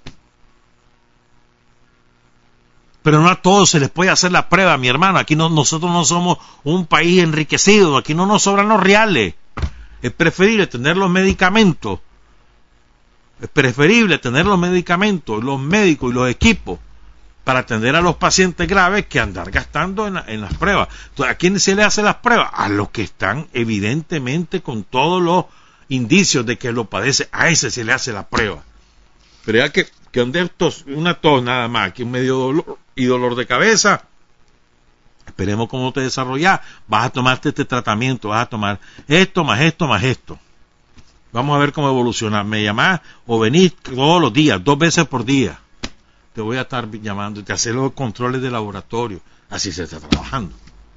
Pero no a todos se les puede hacer la prueba, mi hermano. Aquí nosotros no somos un país enriquecido, aquí no nos sobran los reales. Es preferible tener los medicamentos. Es preferible tener los medicamentos, los médicos y los equipos para atender a los pacientes graves que andar gastando en las pruebas. Entonces, ¿a quién se le hace las pruebas? A los que están evidentemente con todos los indicios de que lo padece. A ese se le hace la prueba. Pero ya que ande una tos nada más, que un medio dolor y dolor de cabeza, esperemos cómo te desarrollas. Vas a tomarte este tratamiento, vas a tomar esto, más esto, más esto. Vamos a ver cómo evoluciona. Me llamás o venís todos los días, 2 veces por día. Te voy a estar llamando y te hacer los controles de laboratorio. Así se está trabajando.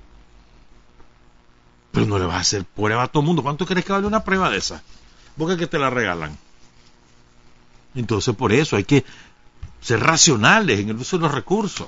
Pero no le vas a hacer prueba a todo el mundo. ¿Cuánto crees que vale una prueba de esa? Porque que te la regalan. Entonces por eso hay que ser racionales en el uso de los recursos.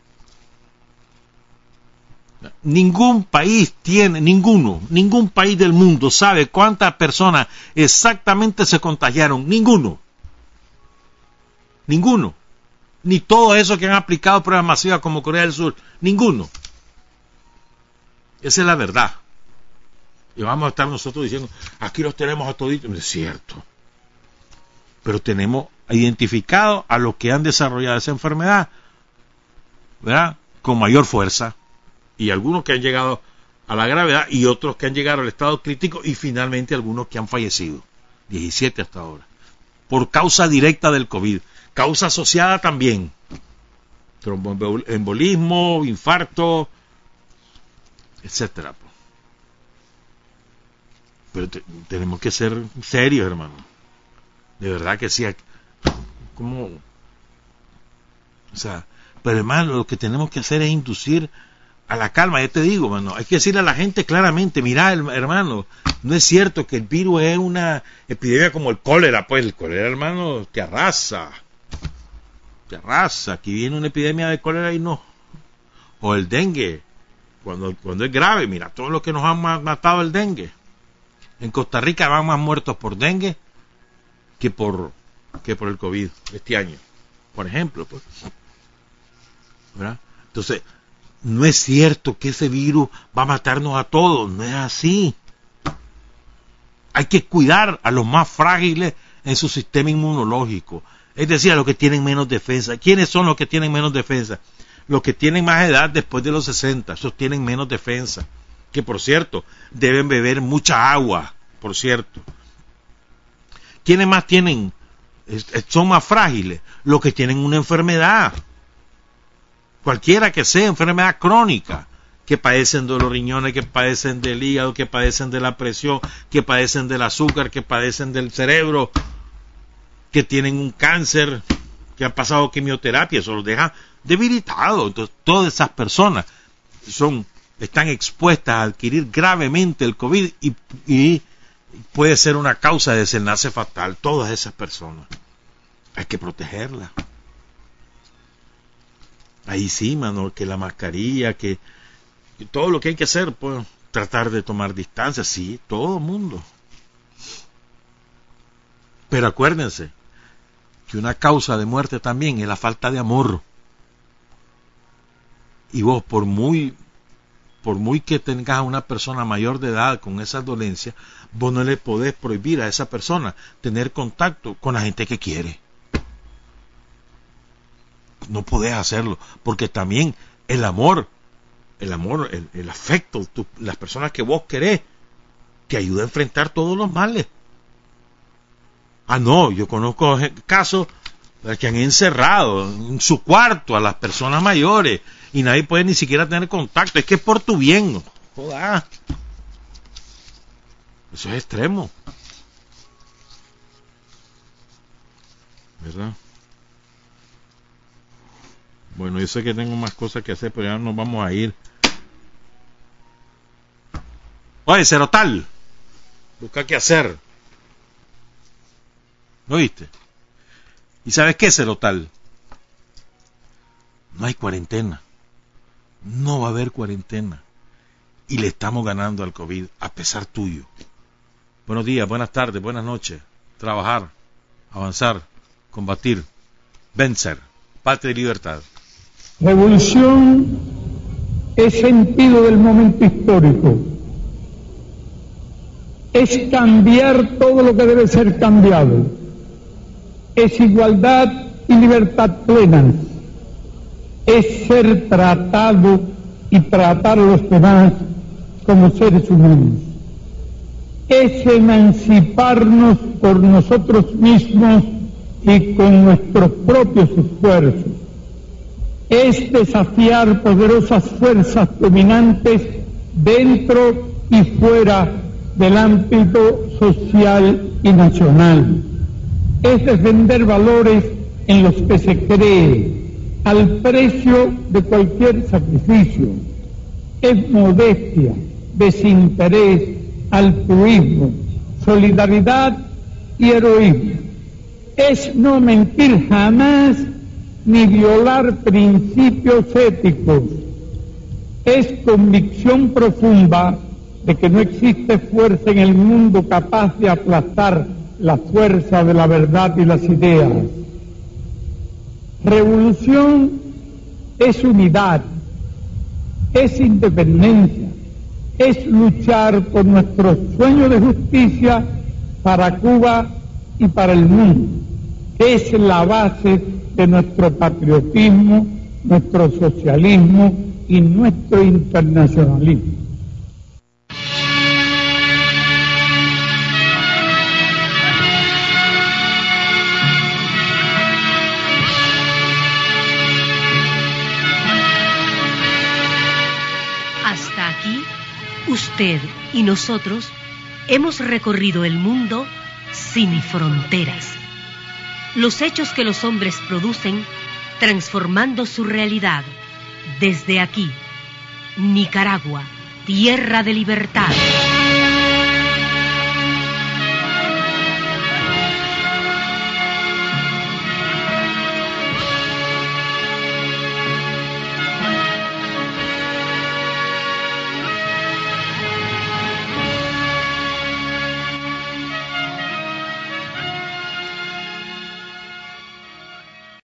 Ningún país ningún país del mundo sabe cuántas personas exactamente se contagiaron. Ninguno. ni todos esos que han aplicado pruebas masivas como Corea del Sur, ninguno. Esa es la verdad. Y vamos a estar nosotros diciendo, aquí los tenemos a toditos. Es cierto. Pero tenemos identificado a los que han desarrollado esa enfermedad, ¿verdad?, con mayor fuerza, y algunos que han llegado a la gravedad y otros que han llegado al estado crítico, y finalmente algunos que han fallecido, 17 hasta ahora, por causa directa del COVID, causa asociada también, tromboembolismo, infarto, etcétera. Pero tenemos que ser serios, hermano. De verdad que sí. ¿Cómo? O sea, pero hermano, lo que tenemos que hacer es inducir a la calma. Ya te digo, hermano, hay que decirle a la gente claramente, mira, hermano, no es cierto que el virus es una epidemia como el cólera. Pues el cólera, hermano, te arrasa. Aquí viene una epidemia de cólera y no. O el dengue, cuando es grave, mira, todo lo que nos han matado el dengue. En Costa Rica van más muertos por dengue que por el COVID este año, por ejemplo, pues. ¿Verdad? Entonces, no es cierto que ese virus va a matarnos a todos, no es así. Hay que cuidar a los más frágiles en su sistema inmunológico, es decir, a los que tienen menos defensa. ¿Quiénes son los que tienen menos defensa? Los que tienen más edad después de los 60, esos tienen menos defensa. Que por cierto, deben beber mucha agua, por cierto. ¿Quiénes más tienen? Son más frágiles, los que tienen una enfermedad, cualquiera que sea, enfermedad crónica, que padecen de los riñones, que padecen del hígado, que padecen de la presión, que padecen del azúcar, que padecen del cerebro, que tienen un cáncer, que han pasado quimioterapia, eso los deja debilitados. Entonces, todas esas personas están expuestas a adquirir gravemente el COVID y puede ser una causa de desenlace fatal. Todas esas personas hay que protegerlas. Ahí sí, mano, que la mascarilla, que todo lo que hay que hacer, pues tratar de tomar distancia, sí, todo el mundo. Pero acuérdense que una causa de muerte también es la falta de amor. Y vos, por muy que tengas a una persona mayor de edad con esa dolencia, vos no le podés prohibir a esa persona tener contacto con la gente que quiere. No podés hacerlo, porque también el amor, el afecto, las personas que vos querés, te ayuda a enfrentar todos los males. No, yo conozco casos que han encerrado en su cuarto a las personas mayores y nadie puede ni siquiera tener contacto. Es que es por tu bien, ¿no? Joder. Eso es extremo, ¿verdad? Bueno, yo sé que tengo más cosas que hacer, pero ya nos vamos a ir. Oye, Cerotal, busca qué hacer. ¿No viste? ¿Y sabes qué, Cerotal? No hay cuarentena. No va a haber cuarentena. Y le estamos ganando al COVID, a pesar tuyo. Buenos días, buenas tardes, buenas noches. Trabajar, avanzar, combatir, vencer. Patria y libertad. Revolución es sentido del momento histórico. Es cambiar todo lo que debe ser cambiado. Es igualdad y libertad plenas. Es ser tratado y tratar a los demás como seres humanos. Es emanciparnos por nosotros mismos y con nuestros propios esfuerzos. Es desafiar poderosas fuerzas dominantes dentro y fuera del ámbito social y nacional. Es defender valores en los que se cree, al precio de cualquier sacrificio. Es modestia, desinterés, altruismo, solidaridad y heroísmo. Es no mentir jamás ni violar principios éticos. Es convicción profunda de que no existe fuerza en el mundo capaz de aplastar la fuerza de la verdad y las ideas. Revolución es unidad, es independencia, es luchar por nuestro sueño de justicia para Cuba y para el mundo, que es la base de nuestro patriotismo, nuestro socialismo y nuestro internacionalismo. Hasta aquí, usted y nosotros hemos recorrido el mundo sin fronteras. Los hechos que los hombres producen, transformando su realidad. Desde aquí, Nicaragua, tierra de libertad.